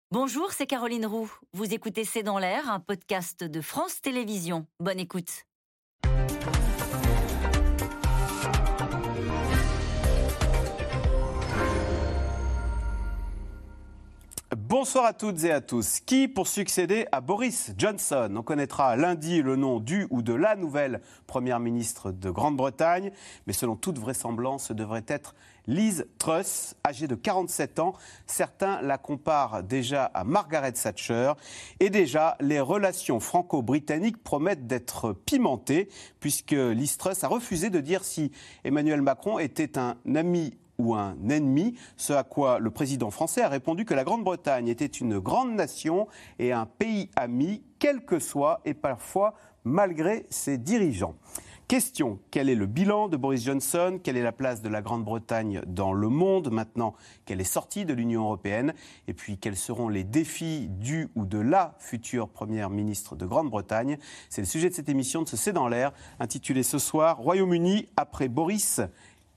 Bonjour, c'est Caroline Roux. Vous écoutez C'est dans l'air, un podcast de France Télévisions. Bonne écoute. Bonsoir à toutes et à tous. Qui pour succéder à Boris Johnson? On connaîtra lundi le nom du ou de la nouvelle première ministre de Grande-Bretagne, mais selon toute vraisemblance, ce devrait être Liz Truss, âgée de 47 ans. Certains la comparent déjà à Margaret Thatcher. Et déjà, les relations franco-britanniques promettent d'être pimentées, puisque Liz Truss a refusé de dire si Emmanuel Macron était un ami ou un ennemi, ce à quoi le président français a répondu que la Grande-Bretagne était une grande nation et un pays ami, quel que soit et parfois malgré ses dirigeants. Question, quel est le bilan de Boris Johnson? Quelle est la place de la Grande-Bretagne dans le monde maintenant qu'elle est sortie de l'Union européenne? Et puis, quels seront les défis du ou de la future première ministre de Grande-Bretagne? C'est le sujet de cette émission de ce C'est dans l'air, intitulée ce soir « Royaume-Uni après Boris, qui ?»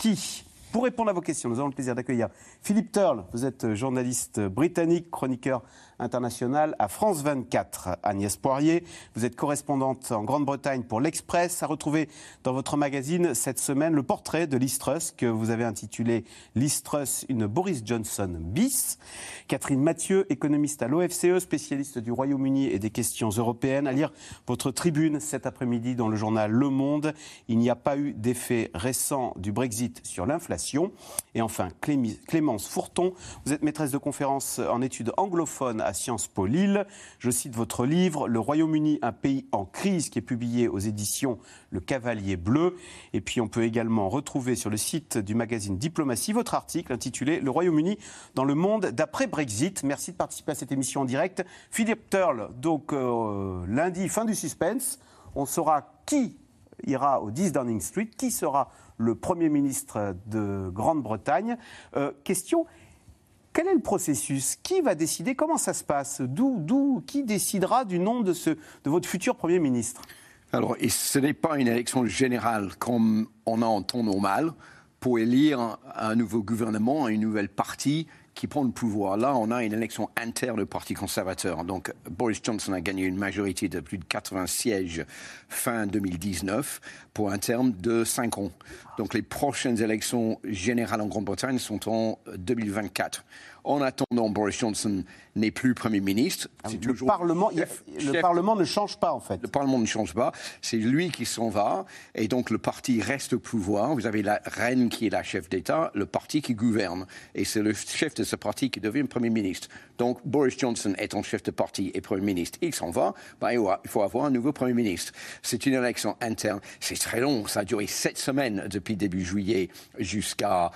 Pour répondre à vos questions, nous avons le plaisir d'accueillir Philippe Turle. Vous êtes journaliste britannique, chroniqueur international à France 24. Agnès Poirier, vous êtes correspondante en Grande-Bretagne pour l'Express. À retrouver dans votre magazine cette semaine le portrait de Liz Truss que vous avez intitulé « Liz Truss, une Boris Johnson bis ». Catherine Mathieu, économiste à l'OFCE, spécialiste du Royaume-Uni et des questions européennes. À lire votre tribune cet après-midi dans le journal Le Monde. Il n'y a pas eu d'effet récent du Brexit sur l'inflation. Et enfin, Clémence Fourton, vous êtes maîtresse de conférences en études anglophones à Sciences Po Lille. Je cite votre livre « Le Royaume-Uni, un pays en crise » qui est publié aux éditions Le Cavalier Bleu. Et puis on peut également retrouver sur le site du magazine Diplomatie votre article intitulé « Le Royaume-Uni dans le monde d'après Brexit ». Merci de participer à cette émission en direct. Philippe Turle, donc lundi, fin du suspense. On saura qui ira au 10 Downing Street, qui sera le Premier ministre de Grande-Bretagne. Question, quel est le processus? Qui va décider? Comment ça se passe? Qui décidera du nom de votre futur Premier ministre? Alors, et ce n'est pas une élection générale comme on a en temps normal pour élire un nouveau gouvernement, une nouvelle partie qui prend le pouvoir. Là, on a une élection interne au Parti conservateur. Donc, Boris Johnson a gagné une majorité de plus de 80 sièges fin 2019 pour un terme de 5 ans. Donc, les prochaines élections générales en Grande-Bretagne sont en 2024. En attendant, Boris Johnson n'est plus Premier ministre. Le Parlement ne change pas, en fait. Le Parlement ne change pas. C'est lui qui s'en va. Et donc, le parti reste au pouvoir. Vous avez la reine qui est la chef d'État, le parti qui gouverne. Et c'est le chef de ce parti qui devient Premier ministre. Donc, Boris Johnson étant chef de parti et Premier ministre, il s'en va. Il faut avoir un nouveau Premier ministre. C'est une élection interne. C'est très long. Ça a duré 7 semaines depuis début juillet jusqu'à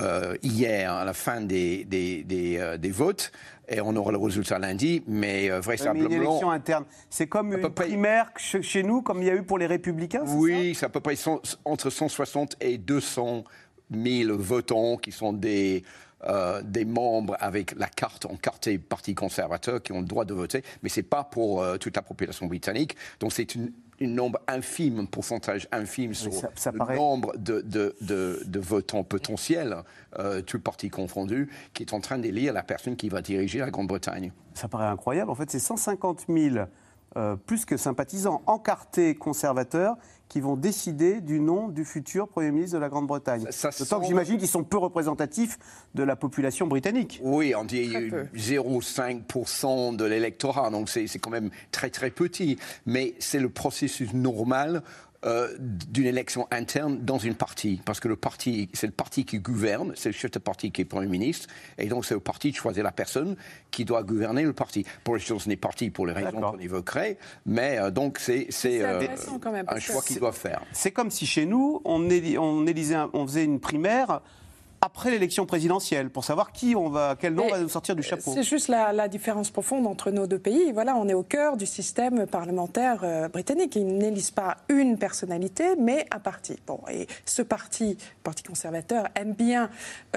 hier, à la fin des votes, et on aura le résultat lundi, mais vraisemblablement... Mais une élection interne, c'est comme une primaire chez nous, comme il y a eu pour les Républicains, oui, c'est à peu près entre 160 et 200 000 votants qui sont des membres avec la carte encartée Parti conservateur qui ont le droit de voter, mais ce n'est pas pour toute la population britannique, donc c'est une nombre infime, un pourcentage infime sur le nombre de votants potentiels, tout parti confondu, qui est en train d'élire la personne qui va diriger la Grande-Bretagne. Ça paraît incroyable. En fait, c'est 150 000 plus que sympathisants encartés conservateurs qui vont décider du nom du futur Premier ministre de la Grande-Bretagne. D'autant que j'imagine qu'ils sont peu représentatifs de la population britannique. Oui, on dit 0,5% de l'électorat, donc c'est quand même très très petit. Mais c'est le processus normal d'une élection interne dans une partie, parce que c'est le parti qui gouverne, c'est le chef de parti qui est Premier ministre, et donc c'est au parti de choisir la personne qui doit gouverner le parti. Boris Johnson est parti pour les raisons qu'on évoquerait, mais donc c'est un choix qu'il doit faire. C'est comme si chez nous, on faisait une primaire après l'élection présidentielle, pour savoir quel nom va nous sortir du chapeau. C'est juste la différence profonde entre nos deux pays. Voilà, on est au cœur du système parlementaire britannique. Ils n'élisent pas une personnalité, mais un parti. Bon, et ce parti, le Parti conservateur, aime bien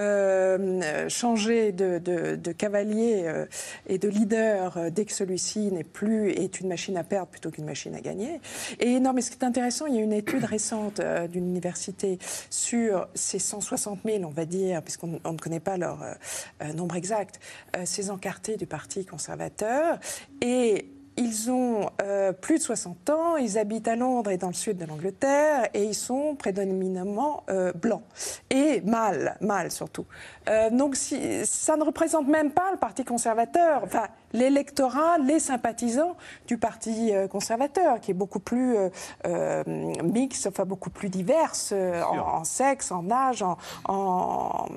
changer de cavalier et de leader dès que celui-ci est une machine à perdre plutôt qu'une machine à gagner. Et non, mais ce qui est intéressant, il y a une étude récente d'une université sur ces 160 000, on va dire, dire, puisqu'on ne connaît pas leur nombre exact, ces encartés du Parti conservateur. Et ils ont plus de 60 ans, ils habitent à Londres et dans le sud de l'Angleterre, et ils sont prédominamment blancs. Et mâles surtout. Donc ça ne représente même pas le Parti conservateur, enfin l'électorat, les sympathisants du Parti conservateur, qui est beaucoup plus mixte, enfin beaucoup plus divers en sexe, en âge, en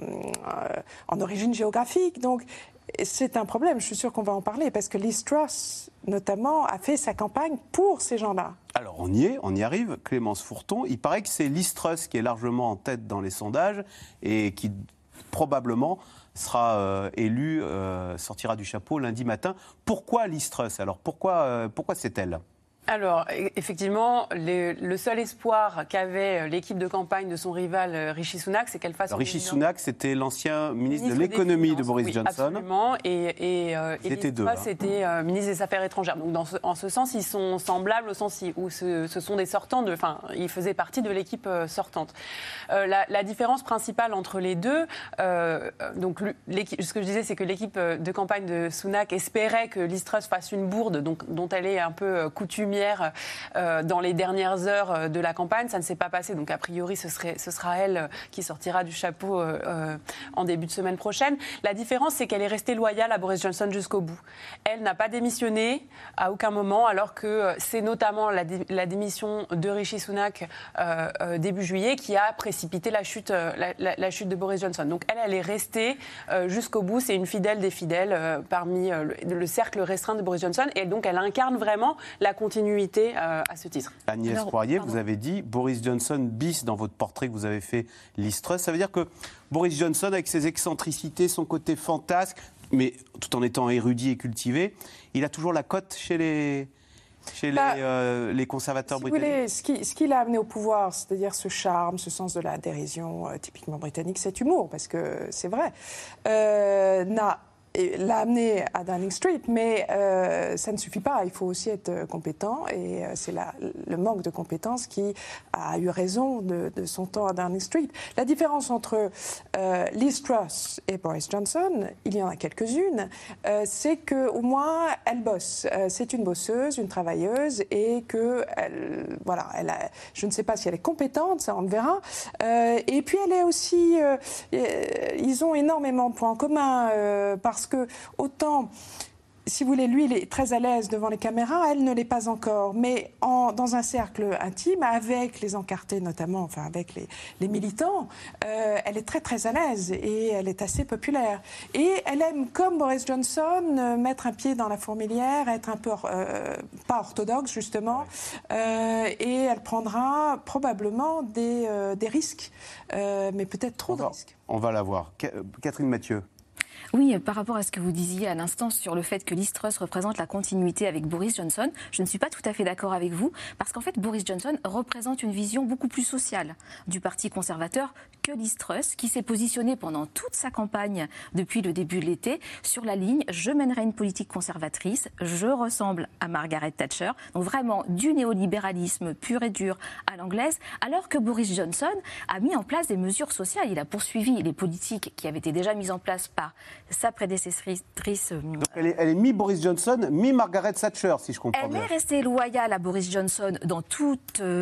origine géographique. Donc c'est un problème, je suis sûre qu'on va en parler, parce que Liz Truss, notamment, a fait sa campagne pour ces gens-là. Alors on y arrive, Clémence Fourton. Il paraît que c'est Liz Truss qui est largement en tête dans les sondages et qui probablement sera élue, sortira du chapeau lundi matin. Pourquoi Liz Truss? Alors pourquoi c'est elle? Alors, effectivement, le seul espoir qu'avait l'équipe de campagne de son rival Rishi Sunak, c'est qu'elle fasse... Rishi Sunak, c'était l'ancien ministre de l'économie de Boris Johnson. Absolument, et Liz Truss était ministre des Affaires étrangères. Donc, en ce sens, ils sont semblables au sens où ce sont des sortants, ils faisaient partie de l'équipe sortante. La différence principale entre les deux, donc ce que je disais, c'est que l'équipe de campagne de Sunak espérait que Liz Truss fasse une bourde, dont elle est un peu coutumière dans les dernières heures de la campagne. Ça ne s'est pas passé, donc a priori ce sera elle qui sortira du chapeau en début de semaine prochaine. La différence, c'est qu'elle est restée loyale à Boris Johnson jusqu'au bout. Elle n'a pas démissionné à aucun moment, alors que c'est notamment la démission de Rishi Sunak début juillet qui a précipité la chute de Boris Johnson. Donc elle est restée jusqu'au bout. C'est une fidèle des fidèles parmi le cercle restreint de Boris Johnson, et donc elle incarne vraiment la continuité à ce titre. Agnès Poirier, vous avez dit Boris Johnson bis dans votre portrait que vous avez fait, Liz Truss. Ça veut dire que Boris Johnson, avec ses excentricités, son côté fantasque, mais tout en étant érudit et cultivé, il a toujours la cote chez les conservateurs britanniques. Si vous voulez, ce qui l'a amené au pouvoir, c'est-à-dire ce charme, ce sens de la dérision typiquement britannique, cet humour, parce que c'est vrai, l'a amené à Downing Street, mais ça ne suffit pas. Il faut aussi être compétent, et c'est le manque de compétences qui a eu raison de son temps à Downing Street. La différence entre Liz Truss et Boris Johnson, il y en a quelques-unes, c'est qu'au moins elle bosse. C'est une bosseuse, une travailleuse, et que je ne sais pas si elle est compétente, ça on le verra. Et puis elle est aussi, ils ont énormément de points en commun, parce que autant, si vous voulez, lui, il est très à l'aise devant les caméras, elle ne l'est pas encore. Mais dans un cercle intime, avec les encartés notamment, enfin avec les militants, elle est très très à l'aise et elle est assez populaire. Et elle aime, comme Boris Johnson, mettre un pied dans la fourmilière, être un peu pas orthodoxe justement, et elle prendra probablement des risques, mais peut-être trop de risques. On va la voir. Catherine Mathieu. Oui, par rapport à ce que vous disiez à l'instant sur le fait que Liz Truss représente la continuité avec Boris Johnson, je ne suis pas tout à fait d'accord avec vous, parce qu'en fait, Boris Johnson représente une vision beaucoup plus sociale du Parti conservateur que Liz Truss, qui s'est positionnée pendant toute sa campagne depuis le début de l'été sur la ligne « je mènerai une politique conservatrice, je ressemble à Margaret Thatcher », donc vraiment du néolibéralisme pur et dur à l'anglaise, alors que Boris Johnson a mis en place des mesures sociales. Il a poursuivi les politiques qui avaient été déjà mises en place par sa prédécessrice. Donc elle est mi-Boris Johnson, mi-Margaret Thatcher, si je comprends bien. Elle est restée loyale à Boris Johnson dans tous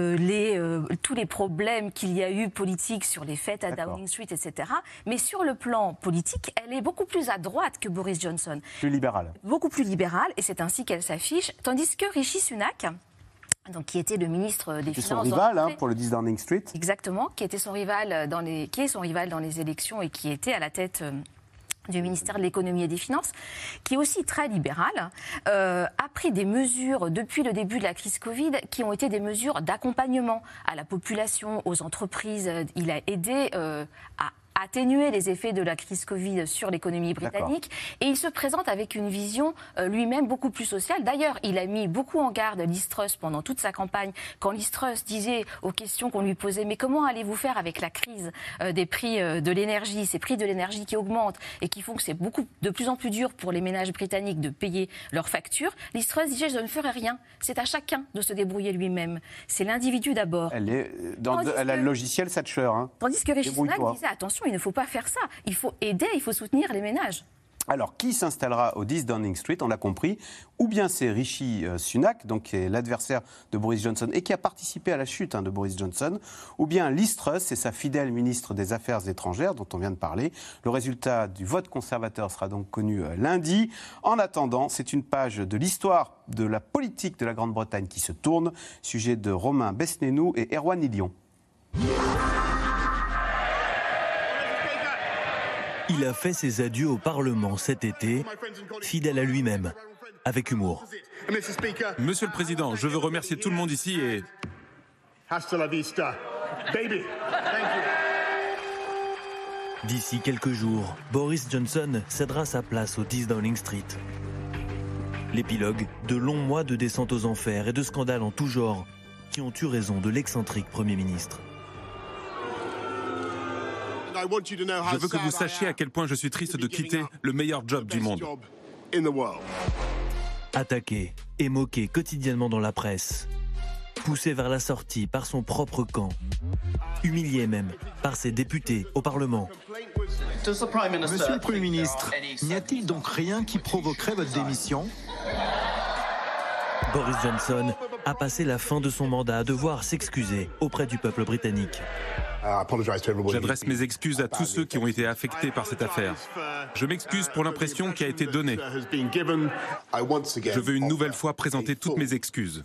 les problèmes qu'il y a eu politiques sur les fêtes à Downing Street, etc. Mais sur le plan politique, elle est beaucoup plus à droite que Boris Johnson. Plus libérale. Beaucoup plus libérale, et c'est ainsi qu'elle s'affiche. Tandis que Rishi Sunak, donc, qui était le ministre des Finances... Son rival pour le 10 Downing Street. Exactement, qui est son rival dans les élections et qui était à la tête... du ministère de l'économie et des finances, qui est aussi très libéral, a pris des mesures depuis le début de la crise Covid qui ont été des mesures d'accompagnement à la population, aux entreprises. Il a aidé à atténuer les effets de la crise Covid sur l'économie britannique. Et il se présente avec une vision lui-même beaucoup plus sociale. D'ailleurs, il a mis beaucoup en garde Liz Truss pendant toute sa campagne. Quand Liz Truss disait aux questions qu'on lui posait « Mais comment allez-vous faire avec la crise des prix de l'énergie, ces prix de l'énergie qui augmentent et qui font que c'est de plus en plus dur pour les ménages britanniques de payer leurs factures ?» Liz Truss disait « Je ne ferai rien. C'est à chacun de se débrouiller lui-même. C'est l'individu d'abord. » Elle a le logiciel Thatcher. Tandis que Rishi Sunak disait « Attention, il ne faut pas faire ça. Il faut aider, il faut soutenir les ménages. Alors, qui s'installera au 10 Downing Street, on l'a compris, ou bien c'est Rishi Sunak, donc qui est l'adversaire de Boris Johnson et qui a participé à la chute de Boris Johnson, ou bien Liz Truss, c'est sa fidèle ministre des Affaires étrangères dont on vient de parler. Le résultat du vote conservateur sera donc connu lundi. En attendant, c'est une page de l'histoire de la politique de la Grande-Bretagne qui se tourne, sujet de Romain Besnénou et Erwan Ilion. Il a fait ses adieux au Parlement cet été, fidèle à lui-même, avec humour. Monsieur le Président, je veux remercier tout le monde ici et... Hasta la vista, baby. D'ici quelques jours, Boris Johnson cédera sa place au 10 Downing Street. L'épilogue de longs mois de descente aux enfers et de scandales en tout genre qui ont eu raison de l'excentrique Premier ministre. Je veux que vous sachiez à quel point je suis triste de quitter le meilleur job du monde. Attaqué et moqué quotidiennement dans la presse, poussé vers la sortie par son propre camp, humilié même par ses députés au Parlement. Monsieur le Premier ministre, n'y a-t-il donc rien qui provoquerait votre démission ? Boris Johnson a passé la fin de son mandat à devoir s'excuser auprès du peuple britannique. J'adresse mes excuses à tous ceux qui ont été affectés par cette affaire. Je m'excuse pour l'impression qui a été donnée. Je veux une nouvelle fois présenter toutes mes excuses.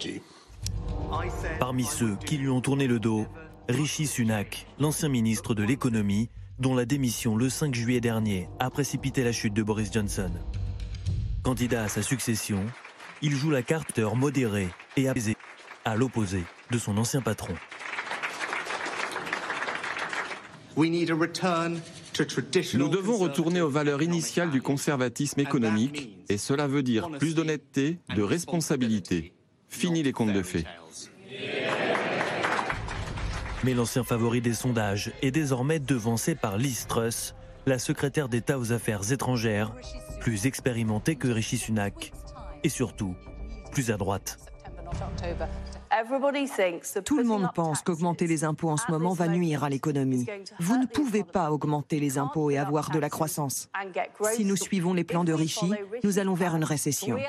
Parmi ceux qui lui ont tourné le dos, Rishi Sunak, l'ancien ministre de l'économie, dont la démission le 5 juillet dernier a précipité la chute de Boris Johnson. Candidat à sa succession, il joue la carte modéré et apaisé, à l'opposé de son ancien patron. Nous devons retourner aux valeurs initiales du conservatisme économique, et cela veut dire plus d'honnêteté, de responsabilité. Fini les contes de fées. Mais l'ancien favori des sondages est désormais devancé par Liz Truss, la secrétaire d'État aux Affaires étrangères, plus expérimentée que Rishi Sunak, et surtout plus à droite. Tout le monde pense qu'augmenter les impôts en ce moment va nuire à l'économie. Vous ne pouvez pas augmenter les impôts et avoir de la croissance. Si nous suivons les plans de Rishi, nous allons vers une récession.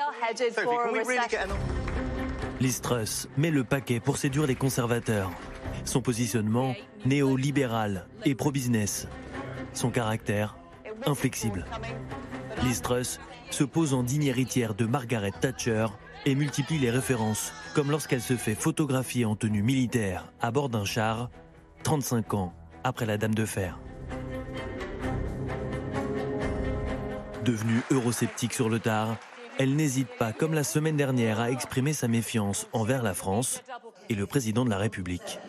Liz Truss met le paquet pour séduire les conservateurs. Son positionnement néolibéral et pro-business. Son caractère inflexible. Liz Truss se pose en digne héritière de Margaret Thatcher et multiplie les références, comme lorsqu'elle se fait photographier en tenue militaire à bord d'un char, 35 ans après la Dame de Fer. Devenue eurosceptique sur le tard, elle n'hésite pas, comme la semaine dernière, à exprimer sa méfiance envers la France et le président de la République.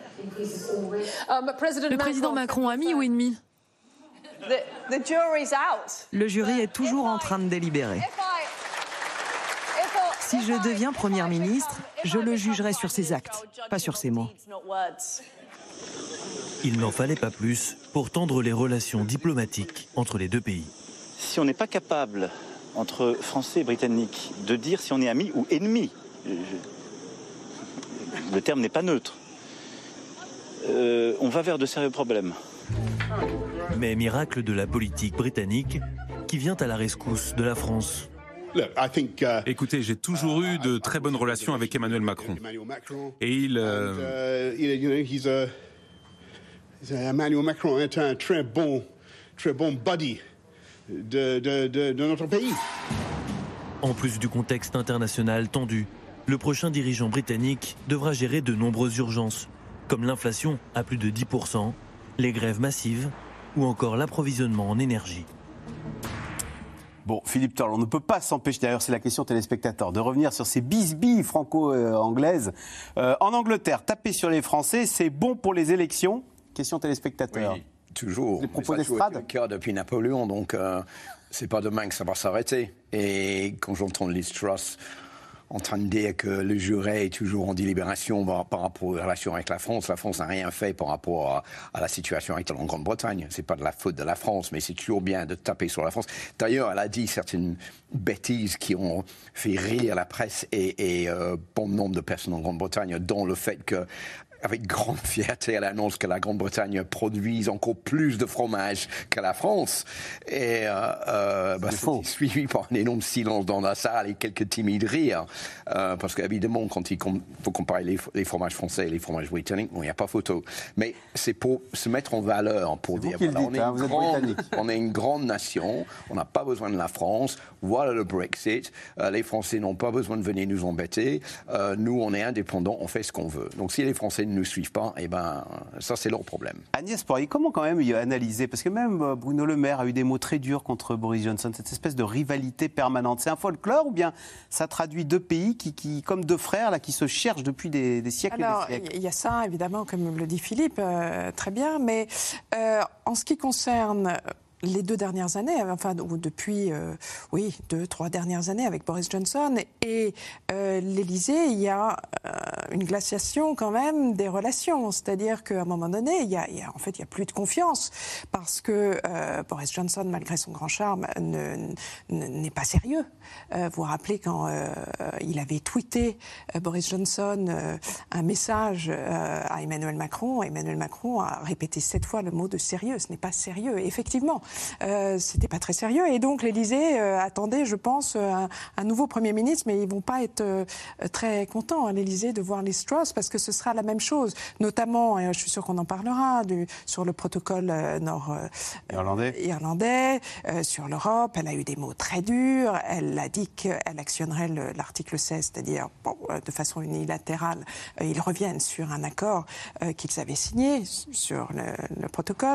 Le président Macron, ami ou ennemi ? Le jury est toujours en train de délibérer. Si je deviens Première ministre, je le jugerai sur ses actes, pas sur ses mots. Il n'en fallait pas plus pour tendre les relations diplomatiques entre les deux pays. Si on n'est pas capable, entre Français et Britanniques, de dire si on est amis ou ennemis, le terme n'est pas neutre, on va vers de sérieux problèmes. Mais miracle de la politique britannique qui vient à la rescousse de la France. Écoutez, j'ai toujours eu de très bonnes relations avec Emmanuel Macron. Et Emmanuel Macron est un très bon buddy de notre pays. En plus du contexte international tendu, le prochain dirigeant britannique devra gérer de nombreuses urgences, comme l'inflation à plus de 10%, les grèves massives ou encore l'approvisionnement en énergie. Bon, Philippe Torle, on ne peut pas s'empêcher, d'ailleurs c'est la question téléspectateur, de revenir sur ces bisbilles franco-anglaises. En Angleterre, taper sur les Français, c'est bon pour les élections ? Question téléspectateur. Oui, toujours. Les propos d'estrade ? C'est le cas depuis Napoléon, donc c'est pas demain que ça va s'arrêter. Et quand j'entends Liz Truss en train de dire que le jury est toujours en délibération par rapport aux relations avec la France n'a rien fait par rapport à la situation actuelle en Grande-Bretagne. C'est pas de la faute de la France, mais c'est toujours bien de taper sur la France. D'ailleurs, elle a dit certaines bêtises qui ont fait rire la presse et bon nombre de personnes en Grande-Bretagne, dont le fait que avec grande fierté, elle annonce que la Grande-Bretagne produise encore plus de fromage que la France. Et c'est suivi par un énorme silence dans la salle et quelques timides rires. Parce qu'évidemment, quand il faut comparer les fromages français et les fromages britanniques, il n'y a pas photo. Mais c'est pour se mettre en valeur, pour dire on est une grande nation, on n'a pas besoin de la France, voilà le Brexit, les Français n'ont pas besoin de venir nous embêter, nous on est indépendants, on fait ce qu'on veut. Donc si les Français ne nous suivent pas, ça c'est leur problème. Agnès Poirier, comment quand même y analyser, parce que même Bruno Le Maire a eu des mots très durs contre Boris Johnson, cette espèce de rivalité permanente, c'est un folklore ou bien ça traduit deux pays qui comme deux frères là, qui se cherchent depuis des siècles et des siècles? Il y a ça évidemment, comme le dit Philippe, très bien, mais en ce qui concerne les 2 dernières années, enfin depuis 2-3 dernières années avec Boris Johnson et l'Élysée, il y a une glaciation quand même des relations. C'est-à-dire qu'à un moment donné, il y a plus de confiance parce que Boris Johnson, malgré son grand charme, n'est pas sérieux. Vous vous rappelez quand il avait tweeté Boris Johnson un message à Emmanuel Macron. Emmanuel Macron a répété 7 fois le mot de sérieux. Ce n'est pas sérieux. Et effectivement, c'était pas très sérieux. Et donc l'Élysée attendait, je pense, un nouveau Premier ministre, mais ils vont pas être très contents à l'Élysée de voir Liz Truss parce que ce sera la même chose, notamment, et je suis sûre qu'on en parlera, sur le protocole irlandais, sur l'Europe. Elle a eu des mots très durs. Elle a dit qu'elle actionnerait l'article 16, c'est-à-dire de façon unilatérale, ils reviennent sur un accord qu'ils avaient signé sur le protocole.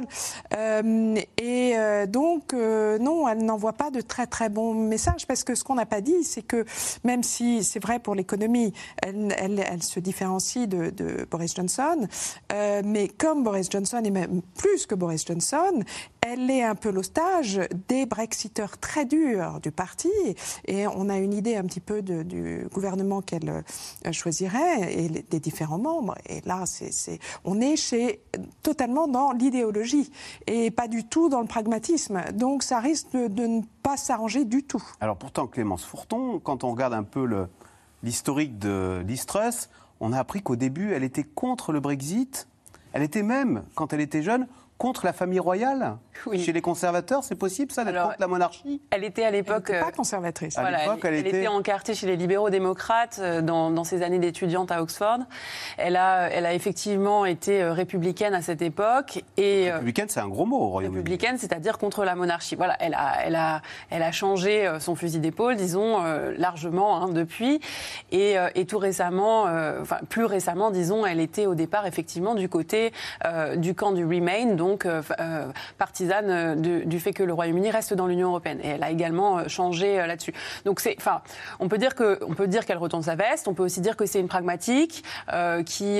Donc, non, elle n'envoie pas de très très bons messages parce que ce qu'on n'a pas dit, c'est que même si c'est vrai pour l'économie, elle se différencie de Boris Johnson, mais comme Boris Johnson et même plus que Boris Johnson, elle est un peu l'otage des Brexiteurs très durs du parti et on a une idée un petit peu du gouvernement qu'elle choisirait et des différents membres. Et là, on est totalement dans l'idéologie et pas du tout dans le pragmatisme. Donc ça risque de ne pas s'arranger du tout. Alors pourtant, Clémence Fourton, quand on regarde un peu l'historique de Liz Truss, on a appris qu'au début, elle était contre le Brexit. Elle était même, quand elle était jeune, contre la famille royale. Oui. Chez les conservateurs, c'est possible ça, d'être contre la monarchie? Elle était à l'époque... Elle n'était pas conservatrice. Voilà, elle était encartée chez les libéraux-démocrates dans ses années d'étudiante à Oxford. Elle a effectivement été républicaine à cette époque. Républicaine, c'est un gros mot au Royaume-Uni. Républicaine, c'est-à-dire contre la monarchie. Voilà, elle a changé son fusil d'épaule, disons, largement depuis. Et tout récemment, plus récemment, disons, elle était au départ effectivement du côté du camp du Remain, donc partisane du fait que le Royaume-Uni reste dans l'Union européenne. Et elle a également changé là-dessus. Donc on peut dire qu'elle retourne sa veste. On peut aussi dire que c'est une pragmatique qui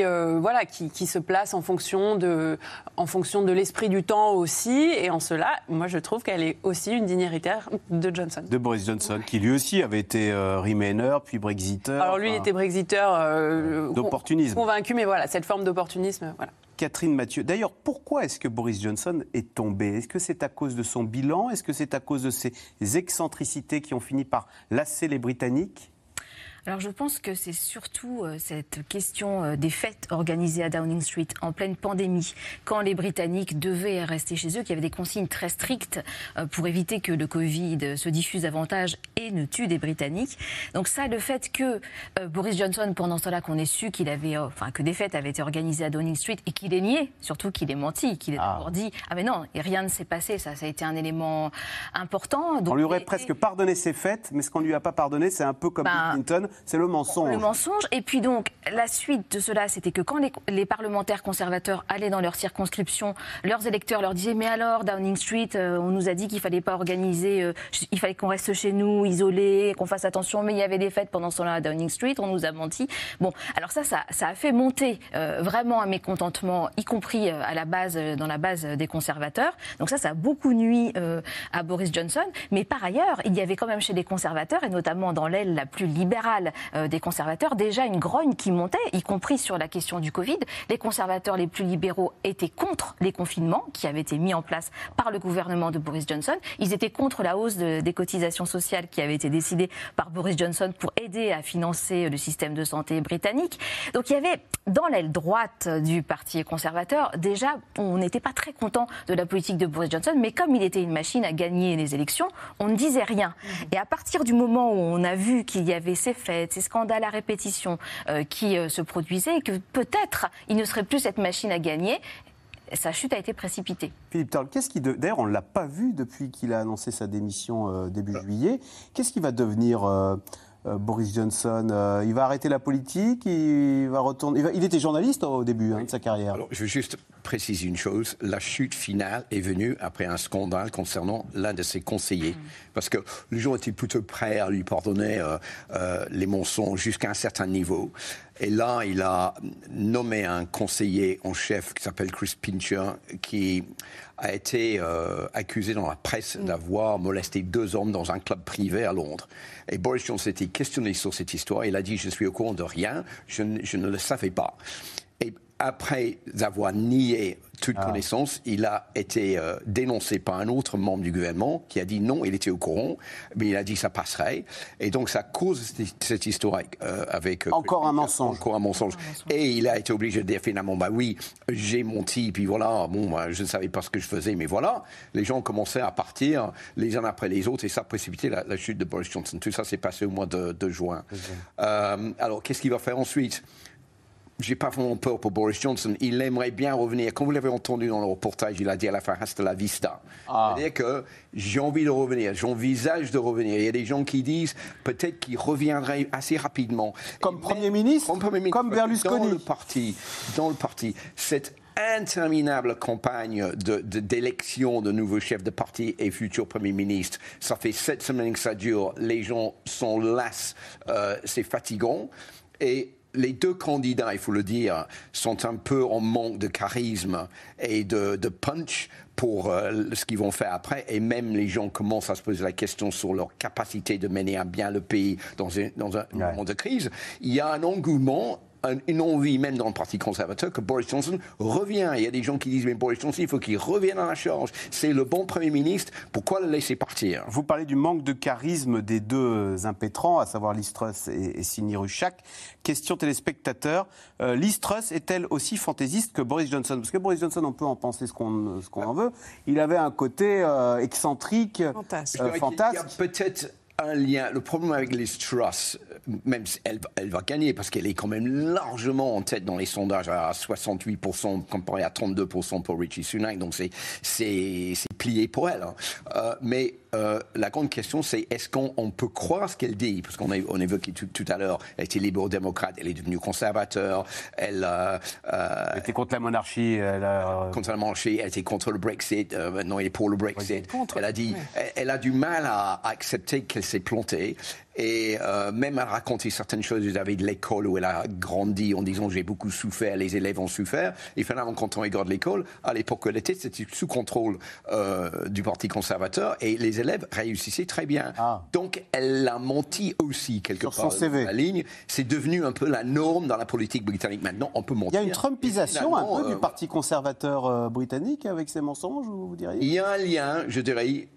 se place en fonction de l'esprit du temps aussi. Et en cela, moi, je trouve qu'elle est aussi une digne héritière de Johnson. De Boris Johnson, qui lui aussi avait été Remainer, puis Brexiteur. Alors lui, il était Brexiteur d'opportunisme. Convaincu, mais voilà, cette forme d'opportunisme, voilà. Catherine Mathieu. D'ailleurs, pourquoi est-ce que Boris Johnson est tombé? Est-ce que c'est à cause de son bilan? Est-ce que c'est à cause de ses excentricités qui ont fini par lasser les Britanniques? Alors je pense que c'est surtout cette question des fêtes organisées à Downing Street en pleine pandémie, quand les Britanniques devaient rester chez eux, qu'il y avait des consignes très strictes pour éviter que le Covid se diffuse davantage et ne tue des Britanniques. Donc ça, le fait que Boris Johnson, pendant ce temps-là, qu'on ait su qu'il avait, que des fêtes avaient été organisées à Downing Street et qu'il ait nié, surtout qu'il ait menti, qu'il ait d'abord dit « Ah mais non, et rien ne s'est passé », ça a été un élément important. Donc, on lui aurait presque pardonné ses fêtes, mais ce qu'on ne lui a pas pardonné, c'est un peu comme Bill Clinton. C'est le mensonge. Le mensonge. Et puis donc, la suite de cela, c'était que quand les parlementaires conservateurs allaient dans leur circonscription, leurs électeurs leur disaient « Mais alors, Downing Street, on nous a dit qu'il ne fallait pas organiser, il fallait qu'on reste chez nous, isolés, qu'on fasse attention, mais il y avait des fêtes pendant ce temps-là à Downing Street, on nous a menti. » Bon, alors ça a fait monter vraiment un mécontentement, y compris dans la base des conservateurs. Donc ça a beaucoup nui à Boris Johnson. Mais par ailleurs, il y avait quand même chez les conservateurs, et notamment dans l'aile la plus libérale général des conservateurs, déjà une grogne qui montait, y compris sur la question du Covid. Les conservateurs les plus libéraux étaient contre les confinements qui avaient été mis en place par le gouvernement de Boris Johnson. Ils étaient contre la hausse des cotisations sociales qui avait été décidée par Boris Johnson pour aider à financer le système de santé britannique. Donc il y avait, dans l'aile droite du Parti conservateur, déjà, on n'était pas très content de la politique de Boris Johnson, mais comme il était une machine à gagner les élections, on ne disait rien. Et à partir du moment où on a vu qu'il y avait ces faits, ces scandales à répétition qui se produisaient, et que peut-être il ne serait plus cette machine à gagner, sa chute a été précipitée. Philippe Turle, d'ailleurs, on ne l'a pas vu depuis qu'il a annoncé sa démission début juillet. Qu'est-ce qui va devenir Boris Johnson? Il va arrêter la politique, il va retourner. Il était journaliste au début de sa carrière. Alors, je veux juste préciser une chose. La chute finale est venue après un scandale concernant l'un de ses conseillers. Parce que les gens étaient plutôt prêts à lui pardonner les mensonges jusqu'à un certain niveau. Et là, il a nommé un conseiller en chef qui s'appelle Chris Pincher, qui a été accusé dans la presse d'avoir molesté 2 hommes dans un club privé à Londres. Et Boris Johnson s'était questionné sur cette histoire. Il a dit « Je suis au courant de rien, je ne le savais pas ». Et après avoir nié toute connaissance, il a été dénoncé par un autre membre du gouvernement qui a dit non, il était au courant, mais il a dit ça passerait. Et donc ça cause cette histoire avec... Encore un mensonge. Encore un mensonge. Et il a été obligé de dire finalement, bah oui, j'ai menti, puis voilà, bon, je ne savais pas ce que je faisais, mais voilà. Les gens commençaient à partir les uns après les autres et ça a précipité la chute de Boris Johnson. Tout ça s'est passé au mois de juin. Alors, qu'est-ce qu'il va faire ensuite ? J'ai pas vraiment peur pour Boris Johnson. Il aimerait bien revenir. Comme vous l'avez entendu dans le reportage, il a dit à la fin, hasta la vista. C'est-à-dire que j'ai envie de revenir, j'envisage de revenir. Il y a des gens qui disent peut-être qu'il reviendrait assez rapidement. Comme Premier ministre, comme Berlusconi. Dans le parti. Cette interminable campagne d'élection de nouveaux chefs de parti et futurs premiers ministres. Ça fait 7 semaines que ça dure. Les gens sont las. C'est fatigant. Et les 2 candidats, il faut le dire, sont un peu en manque de charisme et de punch pour ce qu'ils vont faire après. Et même les gens commencent à se poser la question sur leur capacité de mener à bien le pays dans un moment de crise. Il y a un engouement, une envie même dans le Parti conservateur que Boris Johnson revient. Il y a des gens qui disent mais Boris Johnson, il faut qu'il revienne à la charge. C'est le bon Premier ministre. Pourquoi le laisser partir ? Vous parlez du manque de charisme des 2 impétrants, à savoir Liz Truss et Sini Ruchak. Question téléspectateur, Liz Truss est-elle aussi fantaisiste que Boris Johnson ? Parce que Boris Johnson, on peut en penser ce qu'on en veut. Il avait un côté excentrique, fantasque. Il y a peut-être un lien. Le problème avec Liz Truss, même si elle va gagner parce qu'elle est quand même largement en tête dans les sondages à 68% comparé à 32% pour Rishi Sunak, donc c'est plié pour elle. Mais la grande question, c'est est-ce qu'on peut croire ce qu'elle dit ? Parce qu'on évoquait tout à l'heure, elle était libéro-démocrate, elle est devenue conservateur, elle était contre la monarchie. Contre la monarchie, elle était contre le Brexit, maintenant elle est pour le Brexit. Elle a dit, elle a du mal à accepter qu'elle s'est plantée. Et même elle racontait certaines choses vis-à-vis de l'école où elle a grandi en disant j'ai beaucoup souffert, les élèves ont souffert. Et finalement, quand on regarde l'école, à l'époque où elle était, c'était sous contrôle du Parti conservateur et les élèves réussissaient très bien. Donc elle a menti aussi quelque part sur la ligne. C'est devenu un peu la norme dans la politique britannique maintenant. On peut mentir. Il y a une trumpisation un peu du Parti conservateur britannique avec ses mensonges, vous diriez ? Il y a un lien, je dirais,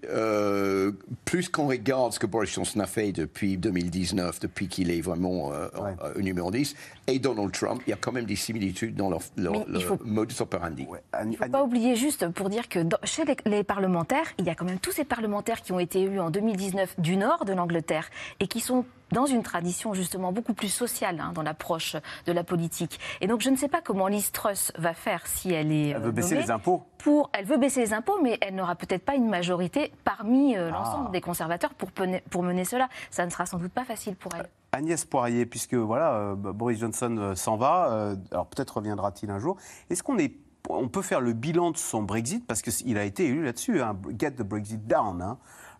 plus qu'on regarde ce que Boris Johnson a fait depuis 2019, depuis qu'il est vraiment au numéro 10, et Donald Trump, il y a quand même des similitudes dans leur modus operandi. Il ne faut pas oublier, juste pour dire que chez les parlementaires, il y a quand même tous ces parlementaires qui ont été élus en 2019 du nord de l'Angleterre et qui sont dans une tradition justement beaucoup plus sociale dans l'approche de la politique. Et donc je ne sais pas comment Liz Truss va faire si elle est Elle veut baisser les impôts. Elle veut baisser les impôts, mais elle n'aura peut-être pas une majorité parmi l'ensemble des conservateurs pour mener cela. Ça ne sera sans doute pas facile pour elle. Agnès Poirier, puisque voilà, Boris Johnson s'en va, alors peut-être reviendra-t-il un jour. Est-ce qu'on peut faire le bilan de son Brexit, parce qu'il a été élu là-dessus, get the Brexit down,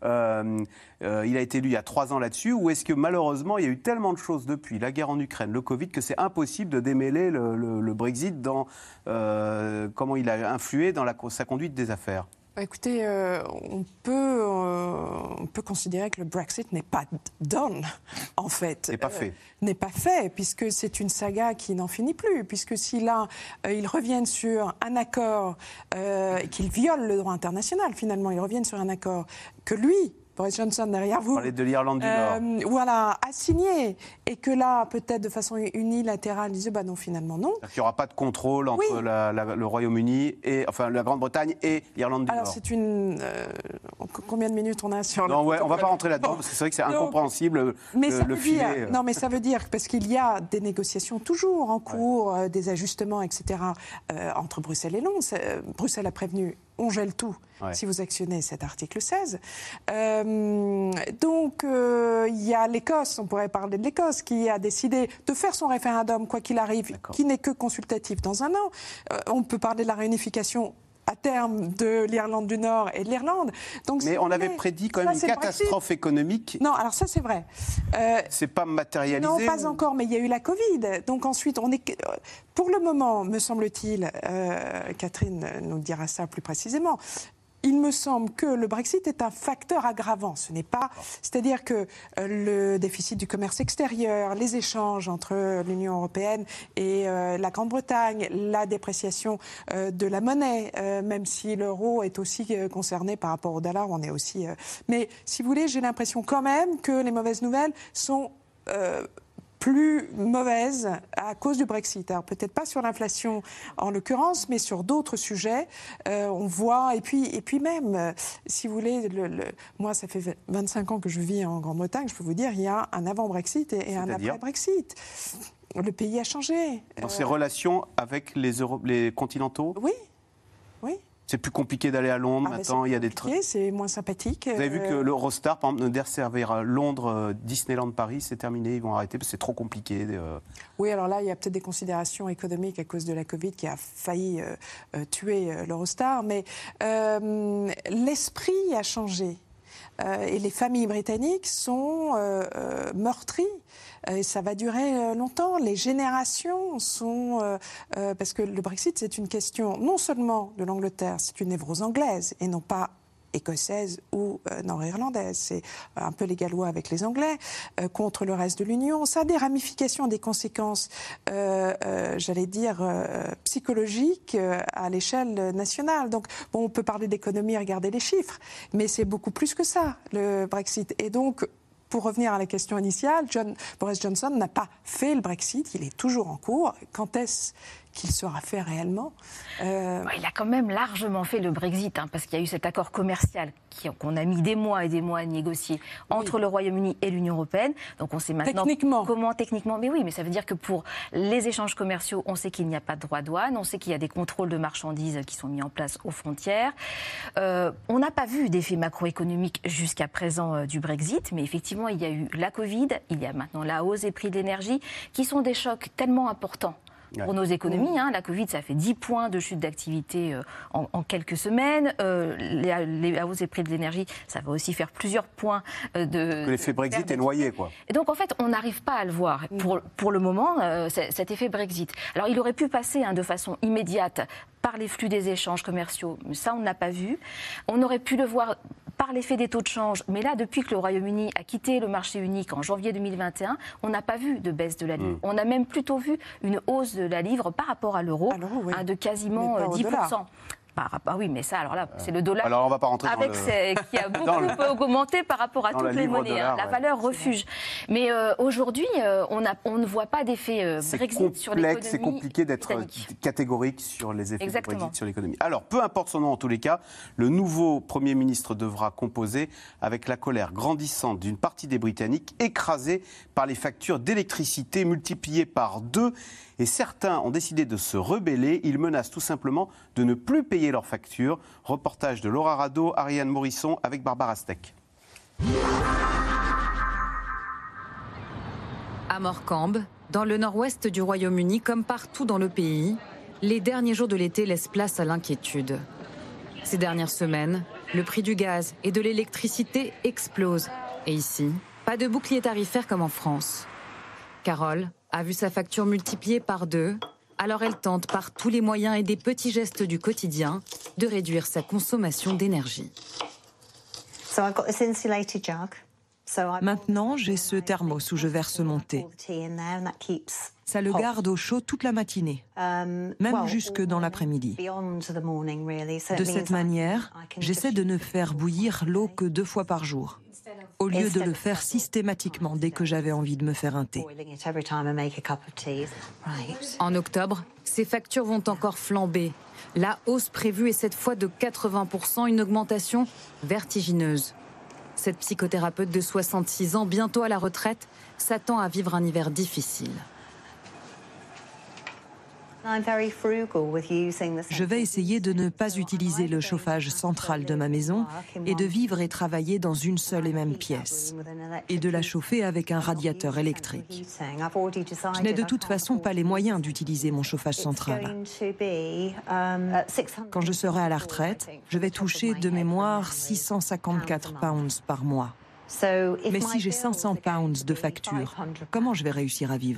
il a été élu il y a 3 ans là-dessus, ou est-ce que malheureusement il y a eu tellement de choses depuis la guerre en Ukraine, le Covid, que c'est impossible de démêler le Brexit dans comment il a influé dans sa conduite des affaires ? Écoutez, on peut considérer que le Brexit n'est pas done, en fait. N'est pas fait, puisque c'est une saga qui n'en finit plus. Puisque si là, ils reviennent sur un accord, qu'ils violent le droit international, finalement, ils reviennent sur un accord que lui, Boris Johnson, derrière vous, parler de l'Irlande du Nord. Voilà, a signé. Et que là, peut-être de façon unilatérale, disait non, finalement, non. Il n'y aura pas de contrôle entre le Royaume-Uni, la Grande-Bretagne et l'Irlande du Nord. Alors, c'est une. Combien de minutes on a sur le. Non, on ne va pas rentrer là-dedans, parce que c'est vrai que c'est incompréhensible. Mais ça veut dire, parce qu'il y a des négociations toujours en cours, des ajustements, etc., entre Bruxelles et Londres. Bruxelles a prévenu. On gèle tout si vous actionnez cet article 16. Donc, il y a l'Écosse, on pourrait parler de l'Écosse, qui a décidé de faire son référendum, quoi qu'il arrive, qui n'est que consultatif dans un an. On peut parler de la réunification à terme de l'Irlande du Nord et de l'Irlande. Donc, mais on avait prédit quand même une catastrophe économique. Non, alors ça c'est vrai. C'est pas matérialisé. Non, pas encore, mais il y a eu la Covid. Donc ensuite, pour le moment, me semble-t-il, Catherine nous dira ça plus précisément, il me semble que le Brexit est un facteur aggravant. Ce n'est pas, c'est-à-dire que le déficit du commerce extérieur, les échanges entre l'Union européenne et la Grande-Bretagne, la dépréciation de la monnaie, même si l'euro est aussi concerné par rapport au dollar, on est aussi. Mais si vous voulez, j'ai l'impression quand même que les mauvaises nouvelles sont plus mauvaise à cause du Brexit. Alors peut-être pas sur l'inflation en l'occurrence, mais sur d'autres sujets. On voit, et puis même, si vous voulez, moi ça fait 25 ans que je vis en Grande-Bretagne, je peux vous dire, il y a un avant-Brexit et un après-Brexit. Le pays a changé. Dans ses relations avec les continentaux ? Oui. C'est plus compliqué d'aller à Londres maintenant. Il y a des trucs. C'est moins sympathique. Vous avez vu que l'Eurostar, par exemple, ne desservir à Londres, Disneyland Paris, c'est terminé. Ils vont arrêter parce que c'est trop compliqué. Oui, alors là, il y a peut-être des considérations économiques à cause de la Covid qui a failli tuer l'Eurostar. Mais l'esprit a changé. Et les familles britanniques sont meurtries. Et ça va durer longtemps. Les générations sont... parce que le Brexit, c'est une question non seulement de l'Angleterre, c'est une névrose anglaise et non pas écossaise ou nord-irlandaise. C'est un peu les Gallois avec les Anglais contre le reste de l'Union. Ça a des ramifications, des conséquences, j'allais dire, psychologiques à l'échelle nationale. Donc, bon, on peut parler d'économie, regarder les chiffres, mais c'est beaucoup plus que ça, le Brexit. Et donc, pour revenir à la question initiale, Boris Johnson n'a pas fait le Brexit, il est toujours en cours. Quand est-ce qu'il sera fait réellement Il a quand même largement fait le Brexit, parce qu'il y a eu cet accord commercial qu'on a mis des mois et des mois à négocier entre le Royaume-Uni et l'Union européenne. Donc on sait maintenant comment techniquement. Mais oui, mais ça veut dire que pour les échanges commerciaux, on sait qu'il n'y a pas de droit de douane, on sait qu'il y a des contrôles de marchandises qui sont mis en place aux frontières. On n'a pas vu d'effet macroéconomique jusqu'à présent du Brexit, mais effectivement, il y a eu la Covid, il y a maintenant la hausse des prix de l'énergie, qui sont des chocs tellement importants pour nos économies. La Covid, ça fait 10 points de chute d'activité en quelques semaines. La hausse des prix de l'énergie, ça va aussi faire plusieurs points de... L'effet Brexit est noyé, quoi. Et donc, en fait, on n'arrive pas à le voir pour le moment, cet effet Brexit. Alors, il aurait pu passer de façon immédiate par les flux des échanges commerciaux. Ça, on n'a pas vu. On aurait pu le voir par l'effet des taux de change. Mais là, depuis que le Royaume-Uni a quitté le marché unique en janvier 2021, on n'a pas vu de baisse de la livre. On a même plutôt vu une hausse de la livre par rapport à l'euro de quasiment 10%. Ah oui, mais ça, alors là, c'est le dollar alors on va pas rentrer qui a beaucoup augmenté par rapport à toutes les monnaies. La valeur refuge. Mais aujourd'hui, on ne voit pas d'effet Brexit sur l'économie. C'est compliqué d'être catégorique sur les effets du Brexit sur l'économie. Alors, peu importe son nom en tous les cas, le nouveau Premier ministre devra composer avec la colère grandissante d'une partie des Britanniques écrasés par les factures d'électricité multipliées par 2. Et certains ont décidé de se rebeller. Ils menacent tout simplement de ne plus payer leurs factures. Reportage de Laura Rado, Ariane Morisson avec Barbara Steck. À Morecambe, dans le nord-ouest du Royaume-Uni, comme partout dans le pays, les derniers jours de l'été laissent place à l'inquiétude. Ces dernières semaines, le prix du gaz et de l'électricité explose. Et ici, pas de bouclier tarifaire comme en France. Carole a vu sa facture multipliée par 2 Alors elle tente par tous les moyens et des petits gestes du quotidien de réduire sa consommation d'énergie. Maintenant, j'ai ce thermos où je verse mon thé. Ça le garde au chaud toute la matinée, même jusque dans l'après-midi. De cette manière, j'essaie de ne faire bouillir l'eau que 2 fois par jour, au lieu de le faire systématiquement dès que j'avais envie de me faire un thé. En octobre, ces factures vont encore flamber. La hausse prévue est cette fois de 80%, une augmentation vertigineuse. Cette psychothérapeute de 66 ans, bientôt à la retraite, s'attend à vivre un hiver difficile. Je vais essayer de ne pas utiliser le chauffage central de ma maison et de vivre et travailler dans une seule et même pièce et de la chauffer avec un radiateur électrique. Je n'ai de toute façon pas les moyens d'utiliser mon chauffage central. Quand je serai à la retraite, je vais toucher de mémoire 654 pounds par mois. Mais si j'ai 500 pounds de facture, comment je vais réussir à vivre ?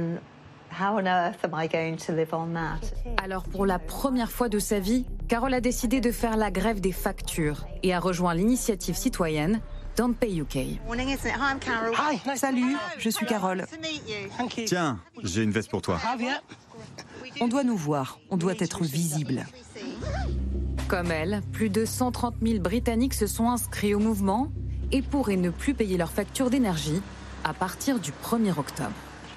Alors pour la première fois de sa vie, Carol a décidé de faire la grève des factures et a rejoint l'initiative citoyenne Don't Pay UK. Salut, je suis Carol. Tiens, j'ai une veste pour toi. On doit nous voir, on doit être visible. Comme elle, plus de 130 000 Britanniques se sont inscrits au mouvement et pourraient ne plus payer leurs factures d'énergie à partir du 1er octobre.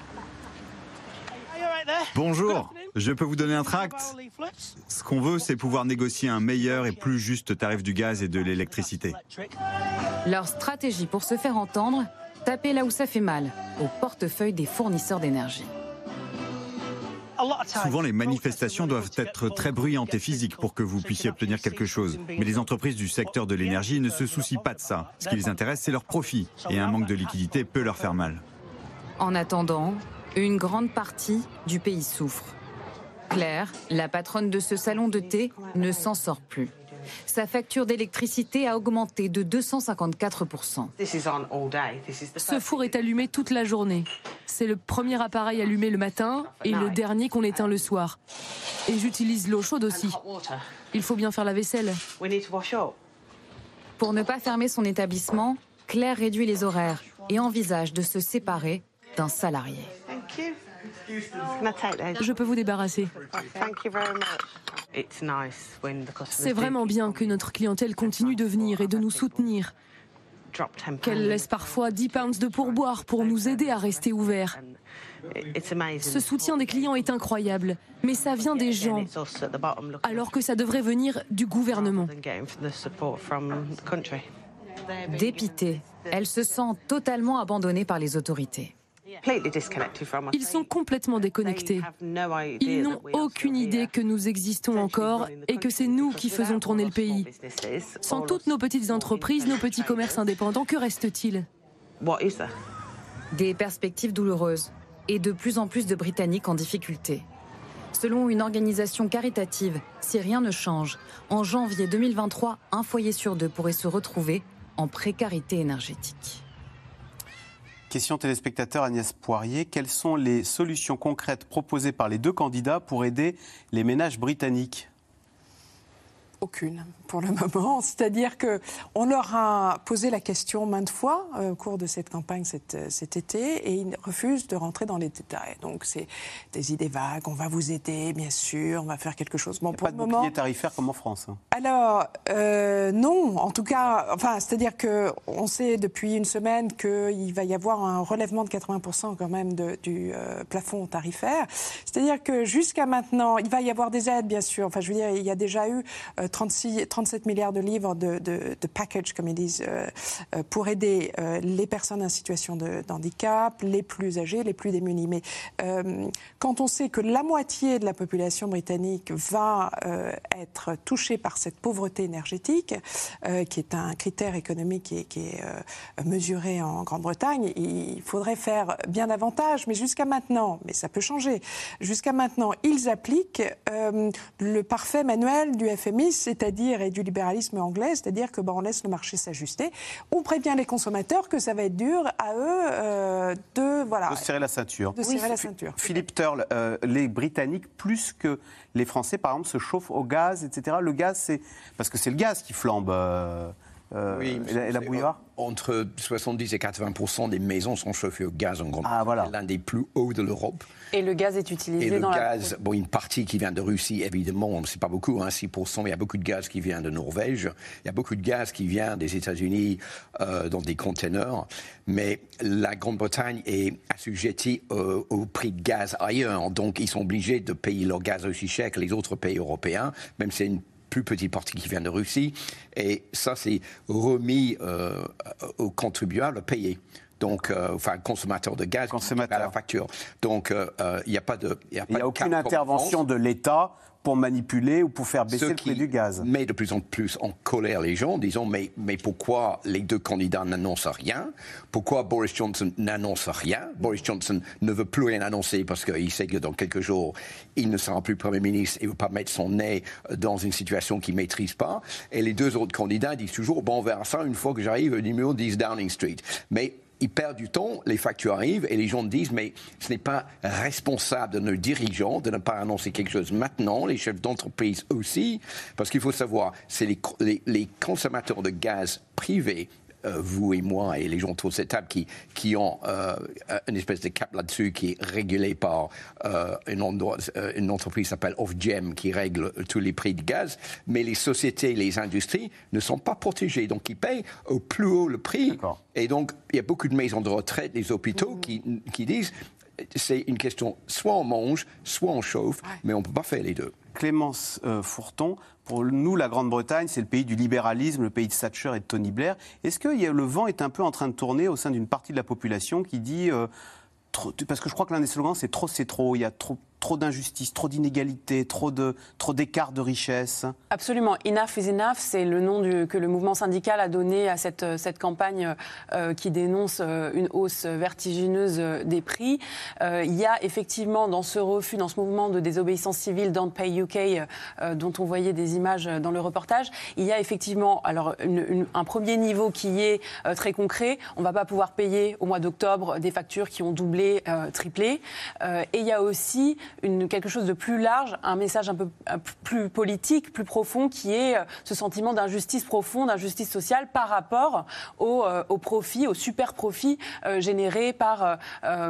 Bonjour, je peux vous donner un tract ? Ce qu'on veut, c'est pouvoir négocier un meilleur et plus juste tarif du gaz et de l'électricité. Leur stratégie pour se faire entendre, taper là où ça fait mal, au portefeuille des fournisseurs d'énergie. Souvent, les manifestations doivent être très bruyantes et physiques pour que vous puissiez obtenir quelque chose. Mais les entreprises du secteur de l'énergie ne se soucient pas de ça. Ce qui les intéresse, c'est leur profit. Et un manque de liquidité peut leur faire mal. En attendant, une grande partie du pays souffre. Claire, la patronne de ce salon de thé, ne s'en sort plus. Sa facture d'électricité a augmenté de 254%. Ce four est allumé toute la journée. C'est le premier appareil allumé le matin et le dernier qu'on éteint le soir. Et j'utilise l'eau chaude aussi. Il faut bien faire la vaisselle. Pour ne pas fermer son établissement, Claire réduit les horaires et envisage de se séparer d'un salarié. Je peux vous débarrasser. C'est vraiment bien que notre clientèle continue de venir et de nous soutenir. Qu'elle laisse parfois 10 pounds de pourboire pour nous aider à rester ouverts. Ce soutien des clients est incroyable, mais ça vient des gens, alors que ça devrait venir du gouvernement. Dépitée, elle se sent totalement abandonnée par les autorités. Ils sont complètement déconnectés. Ils n'ont aucune idée que nous existons encore et que c'est nous qui faisons tourner le pays. Sans toutes nos petites entreprises, nos petits commerces indépendants, que reste-t-il ? Des perspectives douloureuses et de plus en plus de Britanniques en difficulté. Selon une organisation caritative, si rien ne change, en janvier 2023, un foyer sur 2 pourrait se retrouver en précarité énergétique. Question téléspectateur Agnès Poirier, quelles sont les solutions concrètes proposées par les 2 candidats pour aider les ménages britanniques ? Aucune, pour le moment. C'est-à-dire qu'on leur a posé la question maintes fois au cours de cette campagne cet été et ils refusent de rentrer dans les détails. Donc c'est des idées vagues, on va vous aider, bien sûr, on va faire quelque chose. Bon, pour le moment, bouclier tarifaire comme en France. Alors, non, en tout cas, c'est-à-dire qu'on sait depuis une semaine qu'il va y avoir un relèvement de 80% quand même du plafond tarifaire. C'est-à-dire que jusqu'à maintenant, il va y avoir des aides, bien sûr. Enfin, je veux dire, il y a déjà eu 37 milliards de livres de package, comme ils disent, pour aider les personnes en situation de handicap, les plus âgés, les plus démunis. Mais quand on sait que la moitié de la population britannique va être touchée par cette pauvreté énergétique, qui est un critère économique qui est mesuré en Grande-Bretagne, il faudrait faire bien davantage. Mais jusqu'à maintenant, mais ça peut changer, jusqu'à maintenant, ils appliquent le parfait manuel du FMI, c'est-à-dire, et du libéralisme anglais, c'est-à-dire que on laisse le marché s'ajuster. On prévient les consommateurs que ça va être dur à eux de serrer la ceinture. Philippe Turle, les Britanniques, plus que les Français, par exemple, se chauffent au gaz, etc. Le gaz, c'est parce que c'est le gaz qui flambe. Oui, et la bouilloire. Entre 70 et 80% des maisons sont chauffées au gaz en Grande-Bretagne. Voilà. L'un des plus hauts de l'Europe. Et le gaz est utilisé dans gaz, une partie qui vient de Russie, évidemment, c'est pas beaucoup, 6%, il y a beaucoup de gaz qui vient de Norvège, il y a beaucoup de gaz qui vient des États-Unis dans des containers, mais la Grande-Bretagne est assujettie au prix de gaz ailleurs, donc ils sont obligés de payer leur gaz aussi cher que les autres pays européens, même si c'est une plus petite partie qui vient de Russie, et ça c'est remis aux contribuables à payer. Donc, consommateur de gaz, à la facture. Donc, il n'y a pas de... Il n'y a aucune intervention de l'État pour manipuler ou pour faire baisser le prix du gaz. Mais de plus en plus en colère les gens, disons, mais pourquoi les deux candidats n'annoncent rien? Pourquoi Boris Johnson n'annonce rien? Boris Johnson ne veut plus rien annoncer parce qu'il sait que dans quelques jours, il ne sera plus Premier ministre et ne veut pas mettre son nez dans une situation qu'il ne maîtrise pas. Et les deux autres candidats disent toujours, on verra ça une fois que j'arrive au numéro 10 Downing Street. Mais ils perdent du temps, les factures arrivent et les gens disent mais ce n'est pas responsable de nos dirigeants de ne pas annoncer quelque chose maintenant, les chefs d'entreprise aussi, parce qu'il faut savoir, c'est les consommateurs de gaz privés, vous et moi et les gens autour de cette table qui ont une espèce de cap là-dessus qui est régulé par une entreprise qui s'appelle Ofgem qui règle tous les prix de gaz, mais les sociétés, les industries ne sont pas protégées, donc ils payent au plus haut le prix. D'accord. Et donc il y a beaucoup de maisons de retraite, des hôpitaux qui disent c'est une question, soit on mange, soit on chauffe, mais on ne peut pas faire les deux. Clémence Fourton, pour nous, la Grande-Bretagne, c'est le pays du libéralisme, le pays de Thatcher et de Tony Blair. Est-ce que le vent est un peu en train de tourner au sein d'une partie de la population qui dit... parce que je crois que l'un des slogans, c'est trop, il y a trop d'injustice, trop d'inégalités, trop d'écart de richesse. Absolument. Enough is enough, c'est le nom que le mouvement syndical a donné à cette campagne qui dénonce une hausse vertigineuse des prix. Il y a effectivement dans ce refus, dans ce mouvement de désobéissance civile Don't Pay UK, dont on voyait des images dans le reportage, il y a effectivement un premier niveau qui est très concret. On ne va pas pouvoir payer au mois d'octobre des factures qui ont doublé, triplé. Et il y a aussi quelque chose de plus large, un message un peu plus politique, plus profond, qui est ce sentiment d'injustice profonde, d'injustice sociale par rapport au profit, au super profit généré par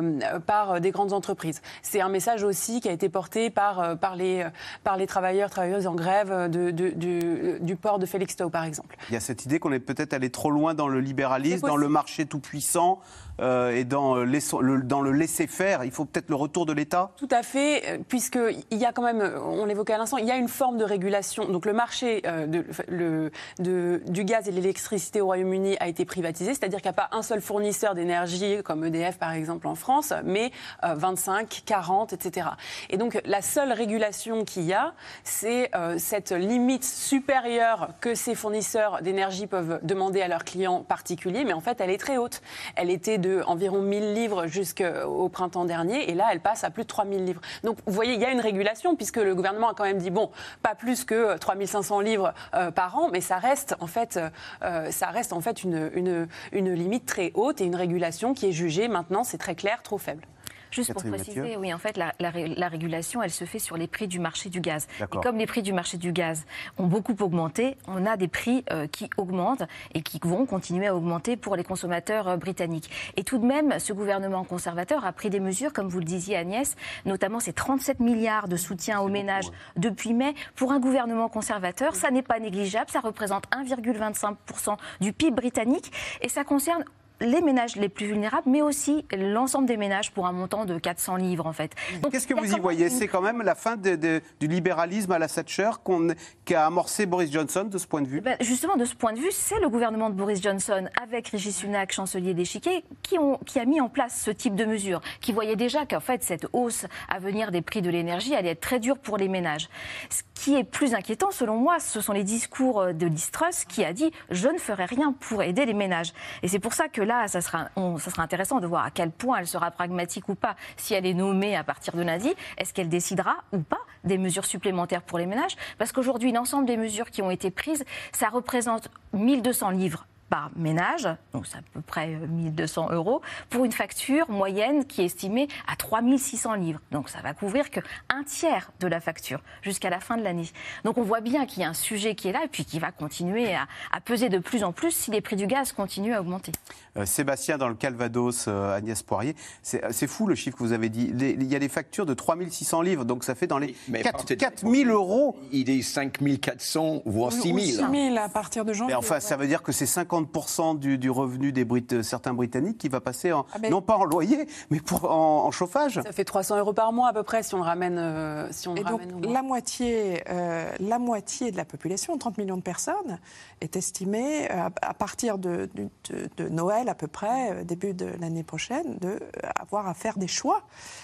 des grandes entreprises. C'est un message aussi qui a été porté par les travailleuses en grève du port de Felixstowe, par exemple. Il y a cette idée qu'on est peut-être allé trop loin dans le libéralisme, dans le marché tout-puissant et dans le laisser-faire. Il faut peut-être le retour de l'État ? Tout à fait, puisqu'il y a quand même, on l'évoquait à l'instant, il y a une forme de régulation. Donc le marché du gaz et de l'électricité au Royaume-Uni a été privatisé, c'est-à-dire qu'il n'y a pas un seul fournisseur d'énergie, comme EDF par exemple en France, mais 25, 40, etc. Et donc la seule régulation qu'il y a, c'est cette limite supérieure que ces fournisseurs d'énergie peuvent demander à leurs clients particuliers, mais en fait elle est très haute. Elle était de environ 1000 livres jusqu'au printemps dernier, et là elle passe à plus de 3000 livres. Donc vous voyez, il y a une régulation, puisque le gouvernement a quand même dit, bon, pas plus que 3500 livres par an, mais ça reste en fait une limite très haute et une régulation qui est jugée maintenant, c'est très clair, trop faible. Juste pour préciser, oui, en fait, la régulation, elle se fait sur les prix du marché du gaz. Et comme les prix du marché du gaz ont beaucoup augmenté, on a des prix qui augmentent et qui vont continuer à augmenter pour les consommateurs britanniques. Et tout de même, ce gouvernement conservateur a pris des mesures, comme vous le disiez Agnès, notamment ces 37 milliards de soutien aux ménages depuis mai. Pour un gouvernement conservateur, ça n'est pas négligeable, ça représente 1,25% du PIB britannique et ça concerne les ménages les plus vulnérables, mais aussi l'ensemble des ménages pour un montant de 400 livres, en fait. Qu'est-ce que vous y voyez ? C'est quand même la fin du libéralisme à la Thatcher qu'a amorcé Boris Johnson de ce point de vue ? Justement, de ce point de vue, c'est le gouvernement de Boris Johnson, avec Rishi Sunak, chancelier d'échiquier, qui a mis en place ce type de mesures, qui voyait déjà qu'en fait, cette hausse à venir des prix de l'énergie allait être très dure pour les ménages. Ce qui est plus inquiétant, selon moi, ce sont les discours de Liz Truss qui a dit « je ne ferai rien pour aider les ménages ». Et c'est pour ça que là, ça sera intéressant de voir à quel point elle sera pragmatique ou pas. Si elle est nommée à partir de lundi, est-ce qu'elle décidera ou pas des mesures supplémentaires pour les ménages? Parce qu'aujourd'hui, l'ensemble des mesures qui ont été prises, ça représente 1200 livres par ménage, donc c'est à peu près 1 200 €, pour une facture moyenne qui est estimée à 3 600 livres. Donc ça va couvrir qu'un tiers de la facture jusqu'à la fin de l'année. Donc on voit bien qu'il y a un sujet qui est là et puis qui va continuer à peser de plus en plus si les prix du gaz continuent à augmenter. Sébastien, dans le Calvados, Agnès Poirier, c'est fou le chiffre que vous avez dit. Il y a des factures de 3 600 livres, donc ça fait dans les 4 000 €. Il est 5 400, voire 6 000. 6 000 à partir de janvier. Mais enfin, ça veut dire que c'est 50% du revenu des certains Britanniques qui va passer, non pas en loyer, mais en chauffage. Ça fait 300 € par mois à peu près si on le ramène. Donc la moitié de la population, 30 millions de personnes, est estimée à partir de Noël à peu près, début de l'année prochaine, avoir à faire des choix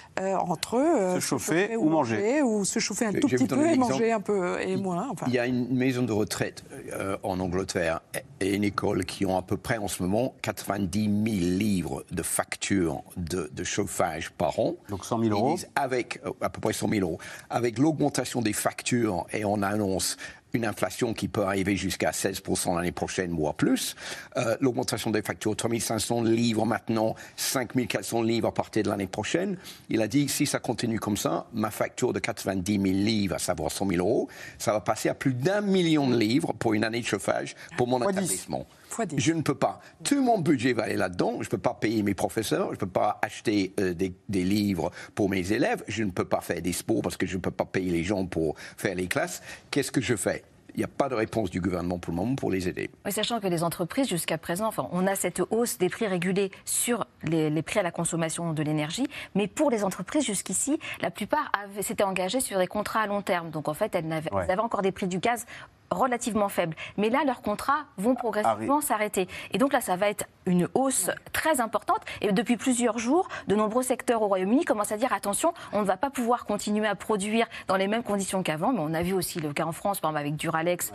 entre se chauffer ou manger. Ou se chauffer un tout petit peu et manger un peu et moins. Enfin. Il y a une maison de retraite en Angleterre et une école qui ont à peu près en ce moment 90 000 livres de factures de chauffage par an. Donc 100 000 €. Avec à peu près 100 000 €. Avec l'augmentation des factures, et on annonce une inflation qui peut arriver jusqu'à 16% l'année prochaine, voire plus. L'augmentation des factures, 3 500 livres maintenant, 5 400 livres à partir de l'année prochaine. Il a dit, si ça continue comme ça, ma facture de 90 000 livres, à savoir 100 000 €, ça va passer à plus d'1 million de livres pour une année de chauffage pour mon établissement. Je ne peux pas. Tout mon budget va aller là-dedans. Je ne peux pas payer mes professeurs. Je ne peux pas acheter des livres pour mes élèves. Je ne peux pas faire des sports parce que je ne peux pas payer les gens pour faire les classes. Qu'est-ce que je fais ? Il n'y a pas de réponse du gouvernement pour le moment pour les aider. Oui, sachant que les entreprises, jusqu'à présent, on a cette hausse des prix régulés sur les prix à la consommation de l'énergie, mais pour les entreprises, jusqu'ici, la plupart s'étaient engagées sur des contrats à long terme. Donc en fait, elles avaient encore des prix du gaz relativement faibles. Mais là, leurs contrats vont progressivement s'arrêter. Et donc là, ça va être une hausse très importante. Et depuis plusieurs jours, de nombreux secteurs au Royaume-Uni commencent à dire attention, on ne va pas pouvoir continuer à produire dans les mêmes conditions qu'avant. Mais on a vu aussi le cas en France, par exemple avec Duralex,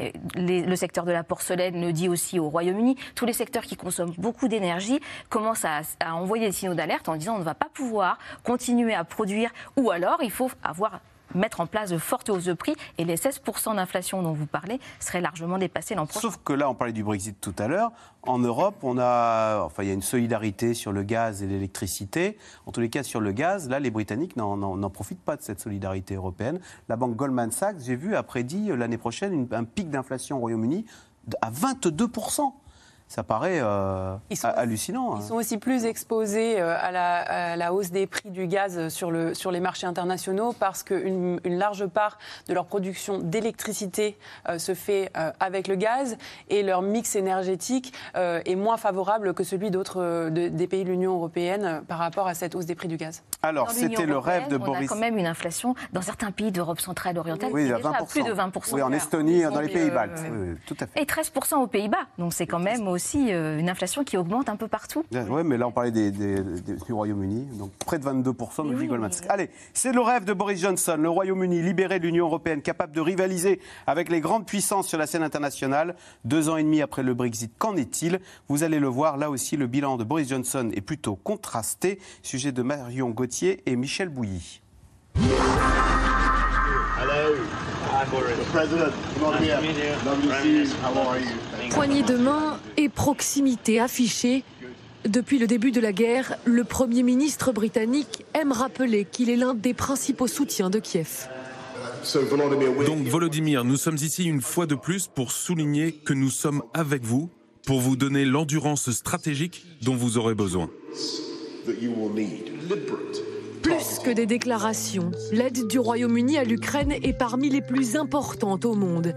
le secteur de la porcelaine le dit aussi au Royaume-Uni. Tous les secteurs qui consomment beaucoup d'énergie commencent à envoyer des signaux d'alerte en disant on ne va pas pouvoir continuer à produire, ou alors il faut mettre en place de fortes hausses de prix, et les 16% d'inflation dont vous parlez seraient largement dépassés l'an prochain. Sauf que là, on parlait du Brexit tout à l'heure. En Europe, il y a une solidarité sur le gaz et l'électricité. En tous les cas, sur le gaz, là, les Britanniques n'en profitent pas de cette solidarité européenne. La banque Goldman Sachs, j'ai vu, a prédit l'année prochaine un pic d'inflation au Royaume-Uni à 22%. Ça paraît hallucinant. Ils sont aussi plus exposés à la hausse des prix du gaz sur les marchés internationaux parce qu'une large part de leur production d'électricité se fait avec le gaz, et leur mix énergétique est moins favorable que celui des pays de l'Union européenne par rapport à cette hausse des prix du gaz. Alors, c'était le rêve de Boris. On a quand même une inflation dans certains pays d'Europe centrale et orientale qui est déjà à plus de 20%. Oui, en Estonie, dans les pays baltes. Oui, tout à fait. Et 13% aux Pays-Bas. Donc c'est quand même aussi une inflation qui augmente un peu partout. Oui, mais là on parlait du Royaume-Uni, donc près de 22% de Goldman Sachs. Allez, c'est le rêve de Boris Johnson, le Royaume-Uni libéré de l'Union européenne, capable de rivaliser avec les grandes puissances sur la scène internationale. 2 ans et demi après le Brexit, qu'en est-il ? Vous allez le voir, là aussi le bilan de Boris Johnson est plutôt contrasté. Sujet de Marion Gauthier et Michel Bouilly. Poignée de main et proximité affichée. Depuis le début de la guerre, le Premier ministre britannique aime rappeler qu'il est l'un des principaux soutiens de Kiev. Donc Volodymyr, nous sommes ici une fois de plus pour souligner que nous sommes avec vous, pour vous donner l'endurance stratégique dont vous aurez besoin. Plus que des déclarations, l'aide du Royaume-Uni à l'Ukraine est parmi les plus importantes au monde.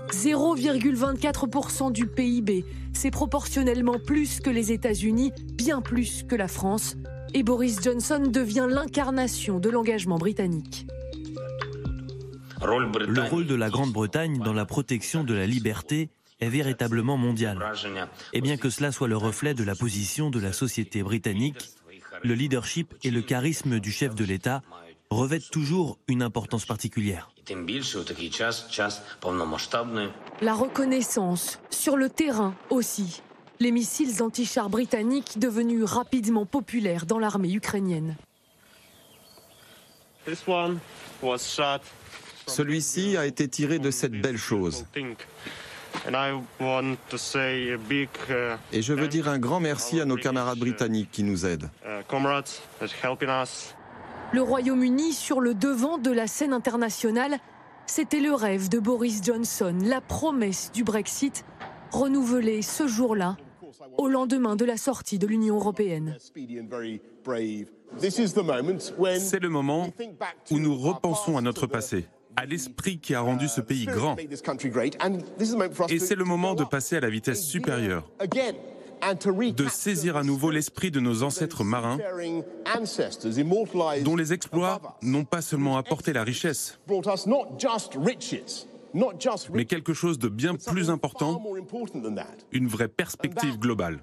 0,24% du PIB, c'est proportionnellement plus que les États-Unis, bien plus que la France. Et Boris Johnson devient l'incarnation de l'engagement britannique. Le rôle de la Grande-Bretagne dans la protection de la liberté est véritablement mondial. Et bien que cela soit le reflet de la position de la société britannique, le leadership et le charisme du chef de l'État revêtent toujours une importance particulière. La reconnaissance, sur le terrain aussi. Les missiles anti-chars britanniques devenus rapidement populaires dans l'armée ukrainienne. Celui-ci a été tiré de cette belle chose. Et je veux dire un grand merci à nos camarades britanniques qui nous aident. Le Royaume-Uni sur le devant de la scène internationale, c'était le rêve de Boris Johnson, la promesse du Brexit, renouvelée ce jour-là, au lendemain de la sortie de l'Union européenne. C'est le moment où nous repensons à notre passé, à l'esprit qui a rendu ce pays grand. Et c'est le moment de passer à la vitesse supérieure, de saisir à nouveau l'esprit de nos ancêtres marins, dont les exploits n'ont pas seulement apporté la richesse, mais quelque chose de bien plus important, une vraie perspective globale.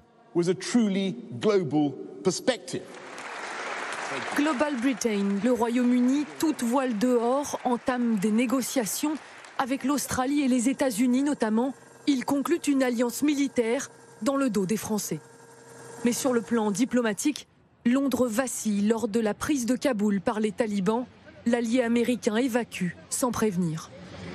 Global Britain, le Royaume-Uni, toute voile dehors, entame des négociations avec l'Australie et les États-Unis notamment. Ils concluent une alliance militaire dans le dos des Français. Mais sur le plan diplomatique, Londres vacille lors de la prise de Kaboul par les talibans. L'allié américain évacue sans prévenir.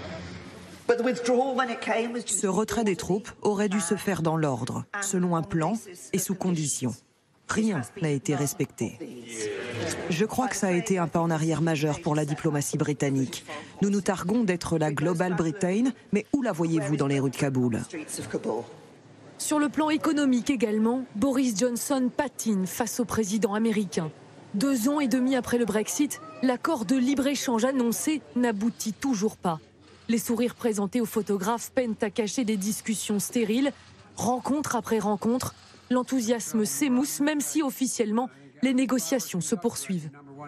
Ce retrait des troupes aurait dû se faire dans l'ordre, selon un plan et sous conditions. Rien n'a été respecté. Je crois que ça a été un pas en arrière majeur pour la diplomatie britannique. Nous nous targuons d'être la Global Britain, mais où la voyez-vous dans les rues de Kaboul ? Sur le plan économique également, Boris Johnson patine face au président américain. 2 ans et demi après le Brexit, l'accord de libre-échange annoncé n'aboutit toujours pas. Les sourires présentés aux photographes peinent à cacher des discussions stériles. Rencontre après rencontre, l'enthousiasme s'émousse même si officiellement les négociations se poursuivent.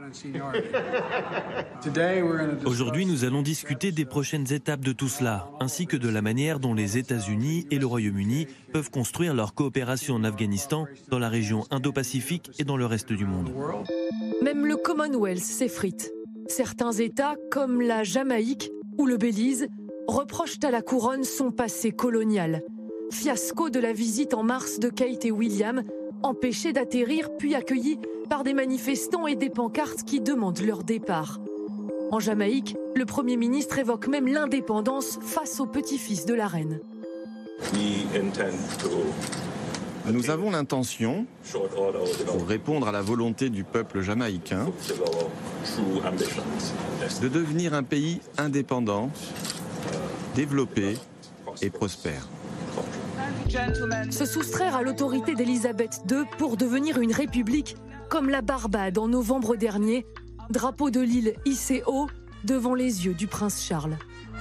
Aujourd'hui, nous allons discuter des prochaines étapes de tout cela, ainsi que de la manière dont les États-Unis et le Royaume-Uni peuvent construire leur coopération en Afghanistan, dans la région Indo-Pacifique et dans le reste du monde. Même le Commonwealth s'effrite. Certains États, comme la Jamaïque ou le Belize, reprochent à la couronne son passé colonial. Fiasco de la visite en mars de Kate et William, empêchés d'atterrir puis accueillis par des manifestants et des pancartes qui demandent leur départ. En Jamaïque, le Premier ministre évoque même l'indépendance face au petit-fils de la reine. Nous avons l'intention, pour répondre à la volonté du peuple jamaïcain, de devenir un pays indépendant, développé et prospère. Se soustraire à l'autorité d'Élisabeth II pour devenir une république, comme la Barbade en novembre dernier, drapeau de l'île hissé haut devant les yeux du prince Charles.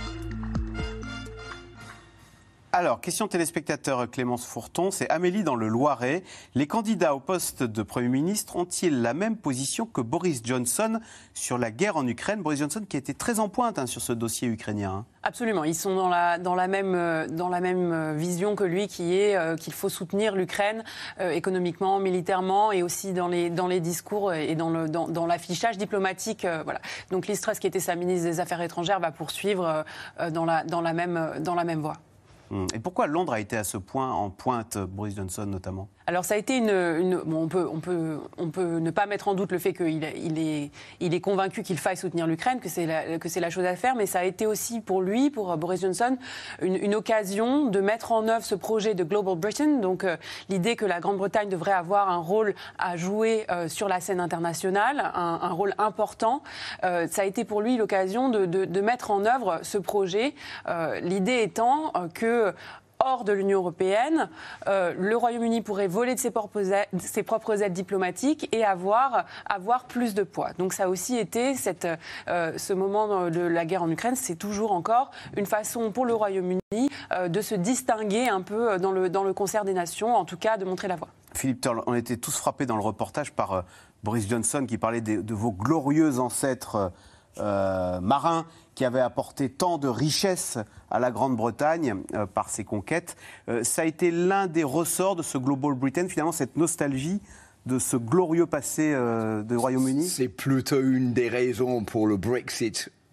Alors, question téléspectateur Clémence Fourton, c'est Amélie dans le Loiret. Les candidats au poste de Premier ministre ont-ils la même position que Boris Johnson sur la guerre en Ukraine ? Boris Johnson qui a été très en pointe sur ce dossier ukrainien. Absolument, ils sont dans la même vision que lui, qui est qu'il faut soutenir l'Ukraine économiquement, militairement et aussi dans les discours et dans l'affichage diplomatique. Voilà. Donc Liz Truss, qui était sa ministre des Affaires étrangères, va poursuivre dans la même voie. Et pourquoi Londres a été à ce point en pointe, Boris Johnson notamment ? Alors ça a été bon, on peut ne pas mettre en doute le fait qu'il est convaincu qu'il faille soutenir l'Ukraine, que c'est la chose à faire, mais ça a été aussi pour lui, pour Boris Johnson, une occasion de mettre en œuvre ce projet de Global Britain, donc l'idée que la Grande-Bretagne devrait avoir un rôle à jouer sur la scène internationale, un rôle important. Ça a été pour lui l'occasion de mettre en œuvre ce projet, l'idée étant que hors de l'Union européenne, le Royaume-Uni pourrait voler de ses propres aides diplomatiques et avoir plus de poids. Donc ça a aussi été ce moment de la guerre en Ukraine, c'est toujours encore une façon pour le Royaume-Uni de se distinguer un peu dans le concert des nations, en tout cas de montrer la voie. Philippe Turle, on était tous frappés dans le reportage par Boris Johnson qui parlait de vos glorieux ancêtres marins qui avaient apporté tant de richesses à la Grande-Bretagne par ses conquêtes. Ça a été l'un des ressorts de ce Global Britain, finalement, cette nostalgie de ce glorieux passé du Royaume-Uni ? C'est plutôt une des raisons pour le Brexit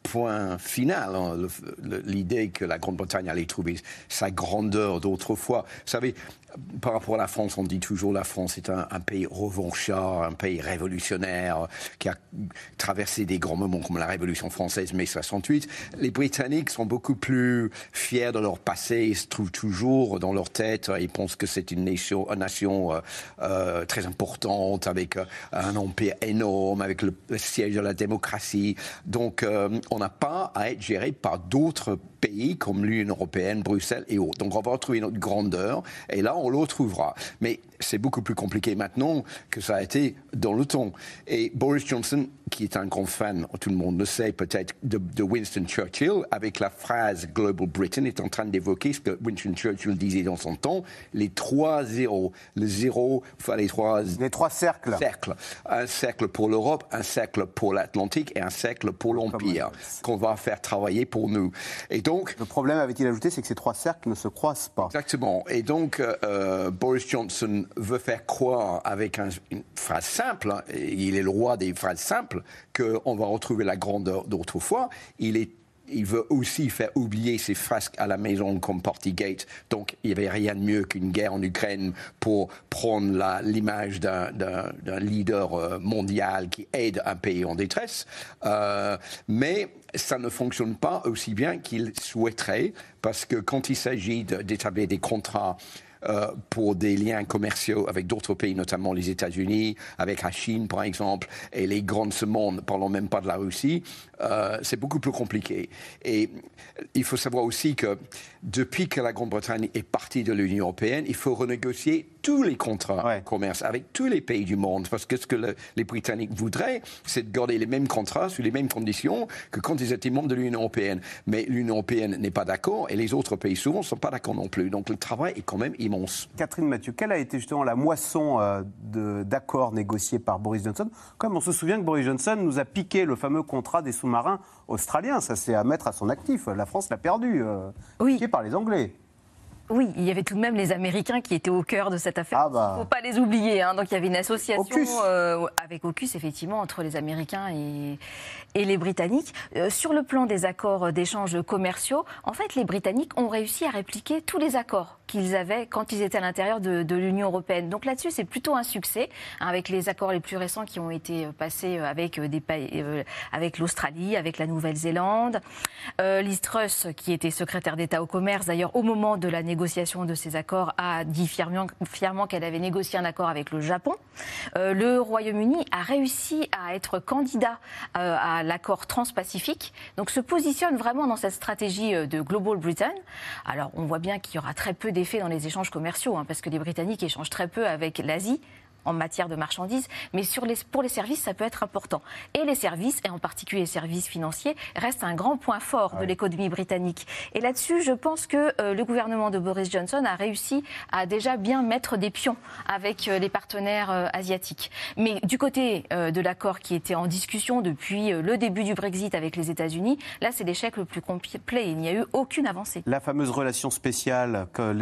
point final, hein, l'idée que la Grande-Bretagne allait trouver sa grandeur d'autrefois. Vous savez, par rapport à la France, on dit toujours la France est un pays revanchard, un pays révolutionnaire qui a traversé des grands moments comme la Révolution française, mai 68. Les Britanniques sont beaucoup plus fiers de leur passé, ils se trouvent toujours dans leur tête, ils pensent que c'est une nation très importante, avec un empire énorme, avec le siège de la démocratie. Donc on n'a pas à être géré par d'autres pays comme l'Union européenne, Bruxelles et autres. Donc on va retrouver notre grandeur et là on le retrouvera. Mais c'est beaucoup plus compliqué maintenant que ça a été dans le temps. Et Boris Johnson, qui est un grand fan, tout le monde le sait peut-être, de Winston Churchill, avec la phrase « Global Britain », est en train d'évoquer ce que Winston Churchill disait dans son temps, les 3 zéros. Le zéro, enfin les trois cercles. Un cercle pour l'Europe, un cercle pour l'Atlantique et un cercle pour l'Empire, qu'on va faire travailler pour nous. Et donc, le problème, avait-il ajouté, c'est que ces 3 cercles ne se croisent pas. Exactement. Et donc, Boris Johnson veut faire croire avec une phrase simple, hein, il est le roi des phrases simples, qu'on va retrouver la grandeur d'autrefois. Il veut aussi faire oublier ces frasques à la maison comme Partygate. Donc, il n'y avait rien de mieux qu'une guerre en Ukraine pour prendre l'image d'un leader mondial qui aide un pays en détresse. Mais ça ne fonctionne pas aussi bien qu'il souhaiterait, parce que quand il s'agit d'établir des contrats pour des liens commerciaux avec d'autres pays, notamment les États-Unis, avec la Chine par exemple, et les grands monde, ne parlons même pas de la Russie, c'est beaucoup plus compliqué. Et il faut savoir aussi que depuis que la Grande-Bretagne est partie de l'Union européenne, il faut renégocier tous les contrats de commerce avec tous les pays du monde, parce que ce que les Britanniques voudraient, c'est de garder les mêmes contrats sous les mêmes conditions que quand ils étaient membres de l'Union européenne. Mais l'Union européenne n'est pas d'accord et les autres pays souvent ne sont pas d'accord non plus. Donc le travail est quand même immense. Catherine Mathieu, quelle a été justement la moisson d'accords négociés par Boris Johnson? Comme on se souvient que Boris Johnson nous a piqué le fameux contrat des sous-marins australiens, ça c'est à mettre à son actif. La France l'a perdu, piqué par les Anglais. Oui, il y avait tout de même les Américains qui étaient au cœur de cette affaire. Il ne faut pas les oublier. Hein. Donc il y avait une association avec AUKUS, effectivement, entre les Américains et les Britanniques. Sur le plan des accords d'échanges commerciaux, en fait, les Britanniques ont réussi à répliquer tous les accords qu'ils avaient quand ils étaient à l'intérieur de l'Union européenne. Donc là-dessus, c'est plutôt un succès, hein, avec les accords les plus récents qui ont été passés avec avec l'Australie, avec la Nouvelle-Zélande. Liz Truss, qui était secrétaire d'État au commerce, d'ailleurs, au moment de la négociation de ces accords, a dit fièrement qu'elle avait négocié un accord avec le Japon. Le Royaume-Uni a réussi à être candidat à l'accord transpacifique, donc se positionne vraiment dans cette stratégie de Global Britain. Alors, on voit bien qu'il y aura très peu d'effet dans les échanges commerciaux, hein, parce que les Britanniques échangent très peu avec l'Asie en matière de marchandises, mais pour les services, ça peut être important. Et les services, et en particulier les services financiers, restent un grand point fort de l'économie britannique. Et là-dessus, je pense que le gouvernement de Boris Johnson a réussi à déjà bien mettre des pions avec les partenaires asiatiques. Mais du côté de l'accord qui était en discussion depuis le début du Brexit avec les États-Unis, là, c'est l'échec le plus complet. Il n'y a eu aucune avancée. La fameuse relation spéciale que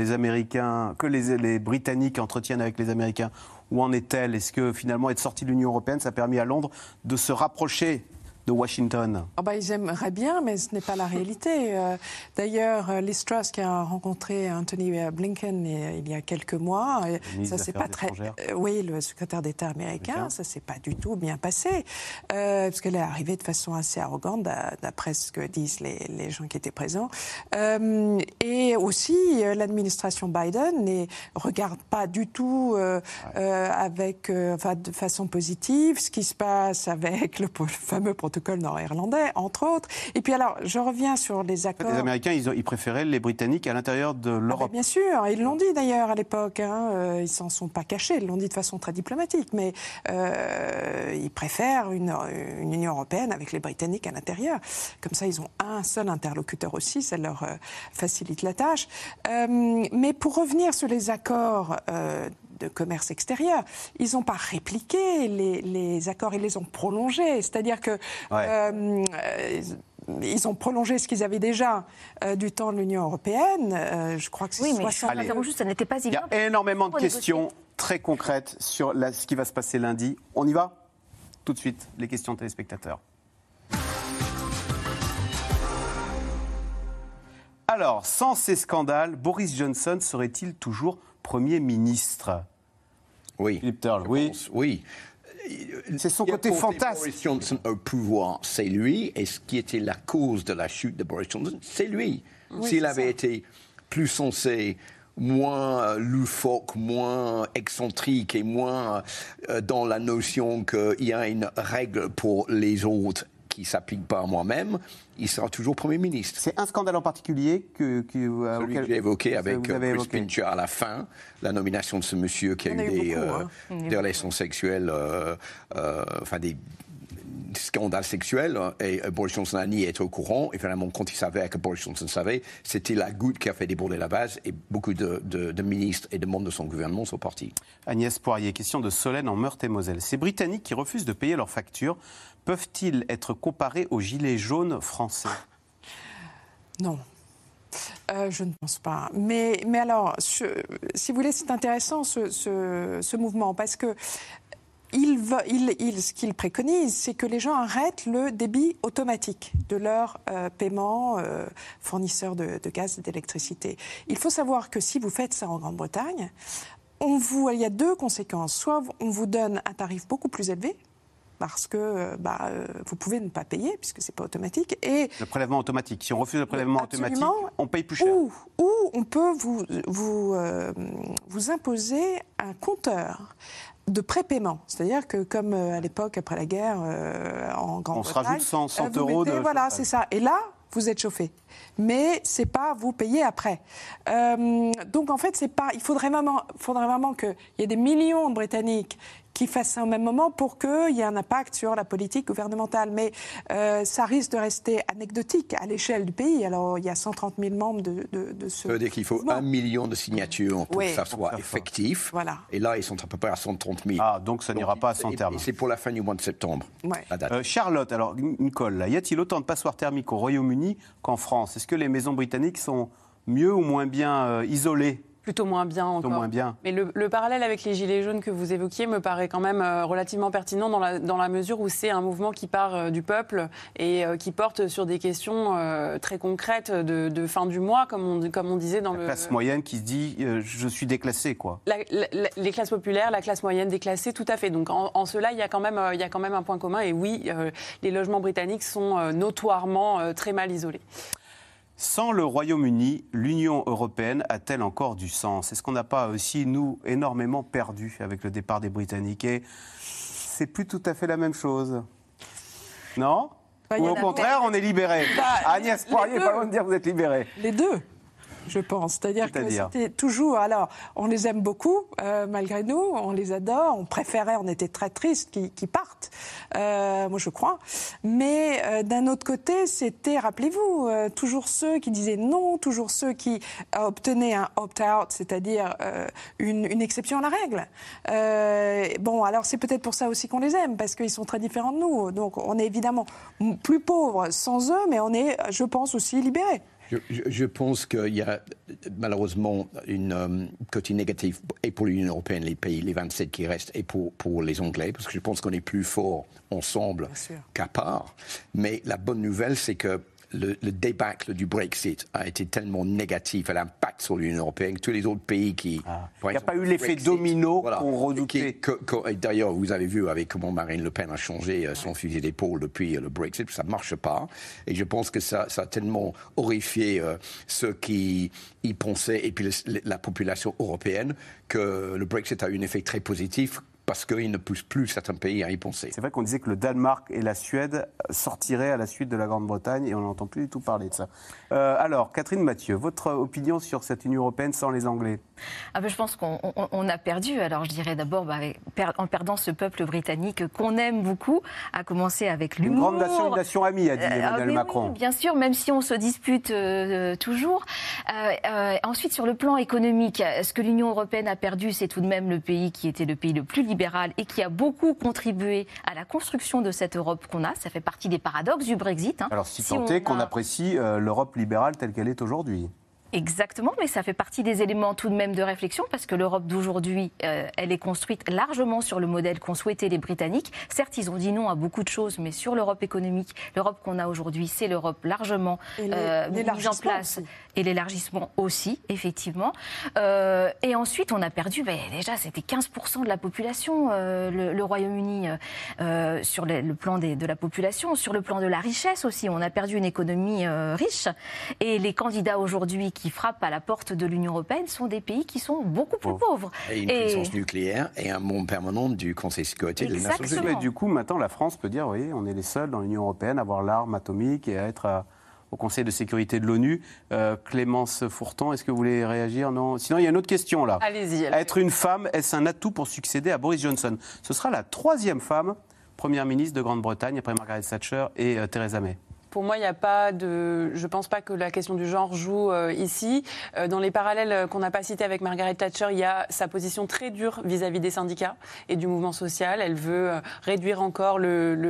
les Britanniques entretiennent avec les Américains, où en est-elle? Est-ce que finalement être sorti de l'Union européenne, ça a permis à Londres de se rapprocher de Washington? Ils aimeraient bien, mais ce n'est pas la réalité. D'ailleurs, Liz Truss, qui a rencontré Anthony Blinken il y a quelques mois, ça c'est pas très. Oui, le secrétaire d'État américain, ça s'est pas du tout bien passé, parce qu'elle est arrivée de façon assez arrogante, d'après ce que disent les gens qui étaient présents. Et aussi, l'administration Biden ne regarde pas du tout de façon positive ce qui se passe avec le fameux protocole nord-irlandais, entre autres. Et puis alors, je reviens sur les accords. Les Américains, ils préféraient les Britanniques à l'intérieur de l'Europe. Bien sûr, ils l'ont dit d'ailleurs à l'époque. Ils s'en sont pas cachés, ils l'ont dit de façon très diplomatique. Mais ils préfèrent une Union européenne avec les Britanniques à l'intérieur. Comme ça, ils ont un seul interlocuteur aussi, ça leur facilite la tâche. Mais pour revenir sur les accords de commerce extérieur, ils n'ont pas répliqué les accords, ils les ont prolongés. C'est-à-dire que ils ont prolongé ce qu'ils avaient déjà du temps de l'Union européenne. Je crois que c'est 60... mais ça n'était pas évident. Il y a énormément de questions très concrètes sur ce qui va se passer lundi. On y va? Tout de suite, les questions de téléspectateurs. Alors, sans ces scandales, Boris Johnson serait-il toujours Premier ministre? Oui. Philippe Turle, oui. Oui. C'est son côté fantasme. Boris Johnson au pouvoir, c'est lui. Et ce qui était la cause de la chute de Boris Johnson, c'est lui. Oui, S'il c'est avait ça. été plus sensé, moins loufoque, moins excentrique et moins dans la notion qu'il y a une règle pour les autres qui ne s'applique pas à moi-même, il sera toujours Premier ministre. C'est un scandale en particulier Celui que j'ai évoqué avec Chris Pincher à la fin, la nomination de ce monsieur qui a eu des relations sexuelles, enfin des scandales sexuels, et Boris Johnson a nié être au courant, et finalement, quand il savait que Boris Johnson savait, c'était la goutte qui a fait déborder la vase, et beaucoup de ministres et de membres de son gouvernement sont partis. Agnès Poirier, question de Solène en Meurthe-et-Moselle. Ces Britanniques qui refusent de payer leurs factures, peuvent-ils être comparés aux gilets jaunes français? Non. Je ne pense pas. Mais alors, si vous voulez, c'est intéressant ce mouvement, parce que ce qu'il préconise, c'est que les gens arrêtent le débit automatique de leur paiement fournisseur de gaz et d'électricité. Il faut savoir que si vous faites ça en Grande-Bretagne, il y a deux conséquences. Soit on vous donne un tarif beaucoup plus élevé, parce que vous pouvez ne pas payer, puisque ce n'est pas automatique. Et le prélèvement automatique. Si on refuse le prélèvement automatique, on paye plus cher. Ou on peut vous imposer un compteur de prépaiement. C'est-à-dire que, comme à l'époque, après la guerre, en Grande-Bretagne... On se rajoute 100 euros de... Voilà, c'est ça. Et là, vous êtes chauffé. Mais c'est pas vous payer après. Donc, en fait, c'est pas... Il faudrait vraiment qu'il y ait des millions de Britanniques qui fassent ça au même moment pour qu'il y ait un impact sur la politique gouvernementale. Mais ça risque de rester anecdotique à l'échelle du pays. Alors, il y a 130 000 membres de ce... Ça veut dire qu'il faut 1 million de signatures pour que ça soit effectif. Voilà. Et là, ils sont à peu près à 130 000. Ah, donc ça n'ira pas à son terme. Et c'est pour la fin du mois de septembre, la date. Charlotte, alors, Nicole, y a-t-il autant de passoires thermiques au Royaume-Uni qu'en France? Est-ce que les maisons britanniques sont mieux ou moins bien isolées? Plutôt moins bien encore. Plutôt moins bien. Mais le parallèle avec les Gilets jaunes que vous évoquiez me paraît quand même relativement pertinent dans la mesure où c'est un mouvement qui part du peuple et qui porte sur des questions très concrètes de fin du mois, comme on disait dans la classe moyenne qui se dit je suis déclassée, quoi. Les classes populaires, la classe moyenne déclassée, tout à fait. Donc en cela, il y a quand même un point commun. Et oui, les logements britanniques sont notoirement très mal isolés. Sans le Royaume-Uni, l'Union européenne a-t-elle encore du sens? Est-ce qu'on n'a pas aussi, nous, énormément perdu avec le départ des Britanniques? Et c'est plus tout à fait la même chose. Non? Ou au contraire, on est libérés? Agnès Poirier, pas loin de dire que vous êtes libérés. Les deux, je pense. C'est-à-dire que c'était toujours... Alors, on les aime beaucoup, malgré nous, on les adore, on préférait, on était très tristes qu'ils partent, moi je crois. Mais d'un autre côté, c'était, rappelez-vous, toujours ceux qui disaient non, toujours ceux qui obtenaient un opt-out, c'est-à-dire une exception à la règle. Bon, alors c'est peut-être pour ça aussi qu'on les aime, parce qu'ils sont très différents de nous. Donc on est évidemment plus pauvres sans eux, mais on est, je pense, aussi libérés. Je pense qu'il y a malheureusement une côté négative et pour l'Union européenne, les pays, les 27 qui restent, et pour les Anglais, parce que je pense qu'on est plus forts ensemble qu'à part. Mais la bonne nouvelle, c'est que le débâcle du Brexit a été tellement négatif à l'impact sur l'Union européenne que tous les autres pays qui... Il n'y a pas eu l'effet domino qu'on redoutait. D'ailleurs, vous avez vu avec comment Marine Le Pen a changé son fusil d'épaule depuis le Brexit, ça ne marche pas. Et je pense que ça a tellement horrifié ceux qui y pensaient, et puis la population européenne, que le Brexit a eu un effet très positif, parce qu'il ne pousse plus certains pays à y penser. C'est vrai qu'on disait que le Danemark et la Suède sortiraient à la suite de la Grande-Bretagne, et on n'entend plus du tout parler de ça. Alors, Catherine Mathieu, votre opinion sur cette Union européenne sans les Anglais? Je pense qu'on a perdu. Alors, je dirais d'abord, en perdant ce peuple britannique qu'on aime beaucoup, à commencer avec l'humour. Une grande nation amie, a dit Emmanuel Macron. Oui, bien sûr, même si on se dispute toujours. Ensuite, sur le plan économique, ce que l'Union européenne a perdu, c'est tout de même le pays qui était le pays le plus libéral et qui a beaucoup contribué à la construction de cette Europe qu'on a. Ça fait partie des paradoxes du Brexit. Alors, si tant est qu'on apprécie l'Europe libérale telle qu'elle est aujourd'hui. Exactement, mais ça fait partie des éléments tout de même de réflexion parce que l'Europe d'aujourd'hui, elle est construite largement sur le modèle qu'ont souhaité les Britanniques. Certes, ils ont dit non à beaucoup de choses, mais sur l'Europe économique, l'Europe qu'on a aujourd'hui, c'est l'Europe largement mise en place aussi. Et l'élargissement aussi, effectivement. Et ensuite, on a perdu, déjà, c'était 15% de la population, le Royaume-Uni, sur le plan de la population, sur le plan de la richesse aussi. On a perdu une économie riche et les candidats aujourd'hui qui frappent à la porte de l'Union européenne sont des pays qui sont beaucoup plus pauvres. Et une puissance nucléaire et un membre permanent du Conseil de sécurité des Nations Unies. Mais du coup, maintenant, la France peut dire, oui, on est les seuls dans l'Union européenne à avoir l'arme atomique et à être au Conseil de sécurité de l'ONU. Clémence Fourton, est-ce que vous voulez réagir? Non. Sinon, il y a une autre question là. Allez-y. Être une femme, est-ce un atout pour succéder à Boris Johnson? Ce sera la 3e femme première ministre de Grande-Bretagne après Margaret Thatcher et Theresa May. Pour moi, il n'y a pas de. Je ne pense pas que la question du genre joue ici. Dans les parallèles qu'on n'a pas cités avec Margaret Thatcher, il y a sa position très dure vis-à-vis des syndicats et du mouvement social. Elle veut réduire encore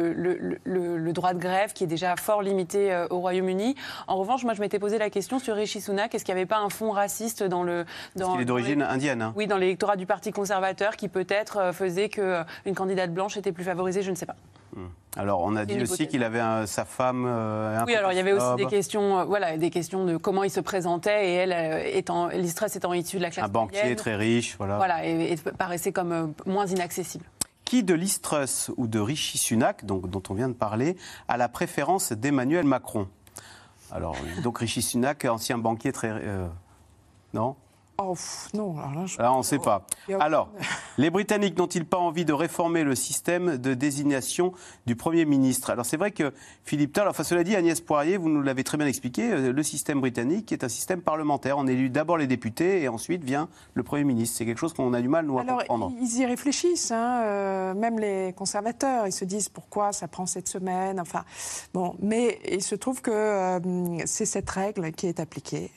le droit de grève, qui est déjà fort limité au Royaume-Uni. En revanche, moi, je m'étais posé la question sur Rishi Sunak. Est-ce qu'il n'y avait pas un fond raciste dans le. Parce qu'il est d'origine indienne. Hein. Oui, dans l'électorat du Parti conservateur, qui peut-être faisait qu'une candidate blanche était plus favorisée, je ne sais pas. Alors, on a dit aussi qu'il avait sa femme. Oui, alors il y avait aussi des questions, des questions de comment il se présentait et elle, Liz Truss étant issue de la classe moyenne. Un banquier très riche, voilà. Voilà, et paraissait comme moins inaccessible. Qui de Liz Truss ou de Rishi Sunak, dont on vient de parler, a la préférence d'Emmanuel Macron? Alors, donc Rishi Sunak, ancien banquier très. Non? Oh, non, alors on ne sait pas. Alors, les Britanniques n'ont-ils pas envie de réformer le système de désignation du Premier ministre? Alors, c'est vrai que Philippe Tal, cela dit, Agnès Poirier, vous nous l'avez très bien expliqué, le système britannique est un système parlementaire. On élit d'abord les députés et ensuite vient le Premier ministre. C'est quelque chose qu'on a du mal, nous, à comprendre. Ils y réfléchissent, même les conservateurs. Ils se disent pourquoi ça prend cette semaine. Enfin, bon, mais il se trouve que c'est cette règle qui est appliquée.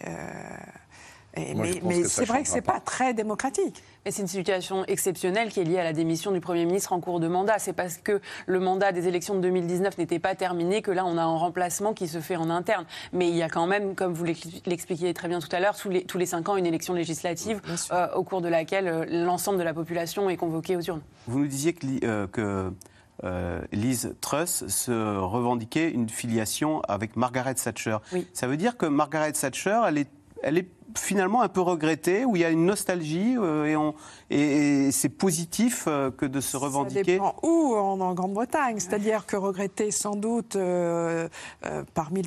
Mais c'est vrai que ce n'est pas très démocratique. Mais c'est une situation exceptionnelle qui est liée à la démission du Premier ministre en cours de mandat. C'est parce que le mandat des élections de 2019 n'était pas terminé que là, on a un remplacement qui se fait en interne. Mais il y a quand même, comme vous l'expliquiez très bien tout à l'heure, tous les 5 ans, une élection législative au cours de laquelle l'ensemble de la population est convoquée aux urnes. Vous nous disiez que Liz Truss se revendiquait une filiation avec Margaret Thatcher. Oui. Ça veut dire que Margaret Thatcher, elle est finalement un peu regrettée, où il y a une nostalgie et c'est positif que de se revendiquer. Ça dépend où en Grande-Bretagne, c'est-à-dire que regretter sans doute parmi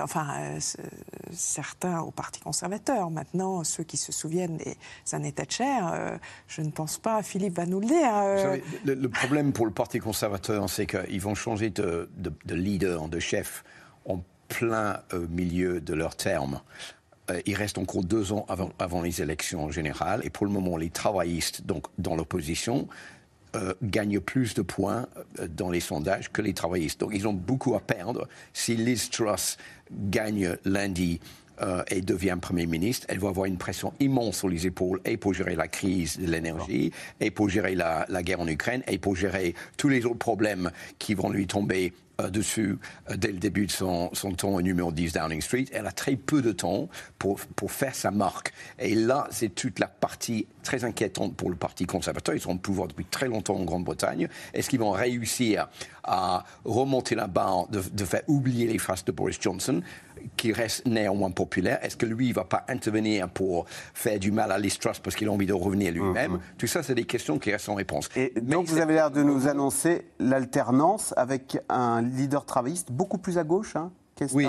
certains au Parti conservateur. Maintenant, ceux qui se souviennent des années Thatcher, je ne pense pas, Philippe va nous le dire. Vous savez, le problème pour le Parti conservateur, c'est qu'ils vont changer de leader, de chef, en plein milieu de leur terme. Il reste encore 2 ans avant les élections générales. Et pour le moment, les travaillistes, donc dans l'opposition, gagnent plus de points dans les sondages que les travaillistes. Donc ils ont beaucoup à perdre. Si Liz Truss gagne lundi et devient Premier ministre, elle va avoir une pression immense sur les épaules, et pour gérer la crise de l'énergie, et pour gérer la guerre en Ukraine, et pour gérer tous les autres problèmes qui vont lui tomber dessus dès le début de son temps au numéro 10 Downing Street. Elle a très peu de temps pour faire sa marque. Et là, c'est toute la partie très inquiétante pour le Parti conservateur. Ils sont au pouvoir depuis très longtemps en Grande-Bretagne. Est-ce qu'ils vont réussir à remonter la barre, de faire oublier les phrases de Boris Johnson, qui reste néanmoins populaire? Est-ce que lui, il ne va pas intervenir pour faire du mal à Liz Truss parce qu'il a envie de revenir lui-même? Tout ça, c'est des questions qui restent sans réponse. Et donc, vous avez l'air de nous annoncer l'alternance avec un leader travailliste beaucoup plus à gauche, Oui,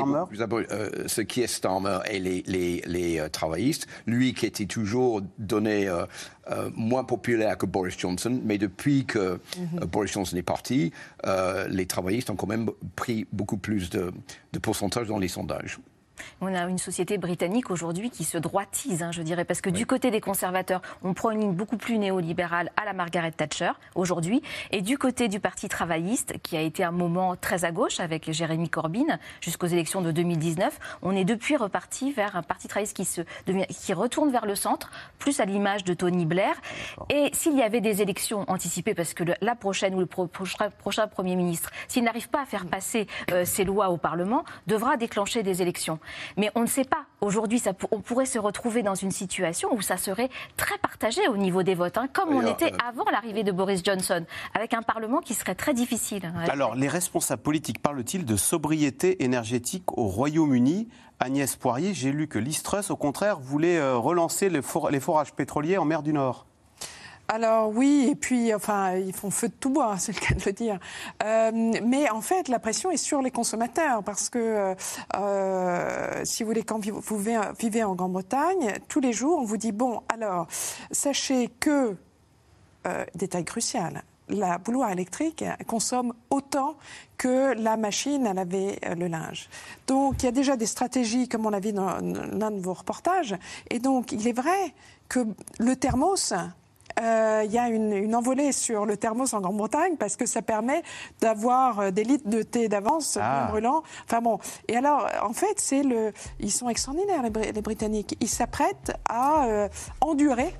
ce qui est Starmer et les travaillistes. Lui qui était toujours donné moins populaire que Boris Johnson, mais depuis que Boris Johnson est parti, les travaillistes ont quand même pris beaucoup plus de pourcentage dans les sondages. On a une société britannique aujourd'hui qui se droitise, je dirais, parce que du côté des conservateurs, on prend une ligne beaucoup plus néolibérale à la Margaret Thatcher aujourd'hui, et du côté du Parti travailliste, qui a été un moment très à gauche avec Jeremy Corbyn jusqu'aux élections de 2019, on est depuis reparti vers un Parti travailliste qui retourne vers le centre, plus à l'image de Tony Blair. Et s'il y avait des élections anticipées, parce que la prochaine ou le prochain Premier ministre, s'il n'arrive pas à faire passer ces lois au Parlement, devra déclencher des élections. Mais on ne sait pas. Aujourd'hui, on pourrait se retrouver dans une situation où ça serait très partagé au niveau des votes, comme on était avant l'arrivée de Boris Johnson, avec un Parlement qui serait très difficile. Alors, les responsables politiques parlent-ils de sobriété énergétique au Royaume-Uni ? Agnès Poirier, j'ai lu que Liz Truss, au contraire, voulait relancer les forages pétroliers en mer du Nord. Alors oui, et puis enfin ils font feu de tout bois, c'est le cas de le dire. Mais en fait, la pression est sur les consommateurs parce que si vous voulez, quand vous vivez en Grande-Bretagne, tous les jours on vous dit bon, alors sachez que détail crucial. La bouilloire électrique consomme autant que la machine à laver le linge. Donc il y a déjà des stratégies, comme on l'a vu dans l'un de vos reportages. Et donc il est vrai que le thermos, il y a une envolée sur le thermos en Grande-Bretagne parce que ça permet d'avoir des litres de thé d'avance bien brûlants. Enfin bon. Et alors, en fait, ils sont extraordinaires, les Britanniques. Ils s'apprêtent à endurer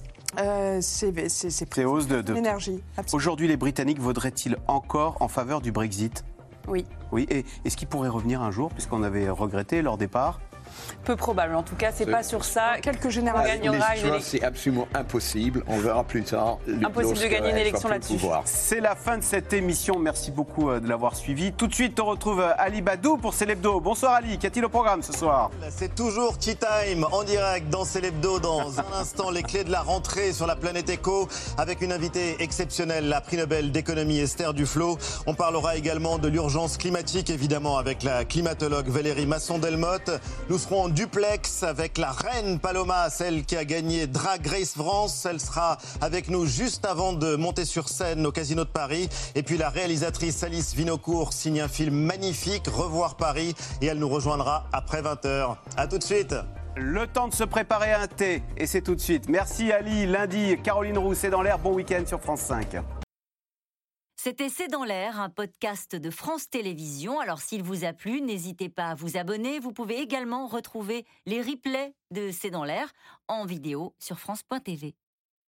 ces hausses d'énergie. Aujourd'hui, les Britanniques voteraient-ils encore en faveur du Brexit ? Oui. Oui. Et est-ce qu'ils pourraient revenir un jour, puisqu'on avait regretté leur départ ? Peu probable. En tout cas, c'est pas sur ça. Quelques générations. C'est absolument impossible. On verra plus tard. Impossible de gagner une élection là-dessus. C'est la fin de cette émission. Merci beaucoup de l'avoir suivi. Tout de suite, on retrouve Ali Badou pour C'est l'Hebdo. Bonsoir Ali. Qu'y a-t-il au programme ce soir ? C'est toujours Tea Time en direct dans C'est l'Hebdo. Dans un instant, les clés de la rentrée sur la planète Éco avec une invitée exceptionnelle, la prix Nobel d'économie Esther Duflo. On parlera également de l'urgence climatique, évidemment, avec la climatologue Valérie Masson-Delmotte. Nous serons en duplex avec la reine Paloma, celle qui a gagné Drag Race France. Elle sera avec nous juste avant de monter sur scène au Casino de Paris. Et puis la réalisatrice Alice Vinocourt signe un film magnifique, Revoir Paris. Et elle nous rejoindra après 20h. À tout de suite. Le temps de se préparer à un thé. Et c'est tout de suite. Merci Ali. Lundi, Caroline Roux, C'est dans l'air. Bon week-end sur France 5. C'était C'est dans l'air, un podcast de France Télévisions. Alors s'il vous a plu, n'hésitez pas à vous abonner. Vous pouvez également retrouver les replays de C'est dans l'air en vidéo sur France.tv.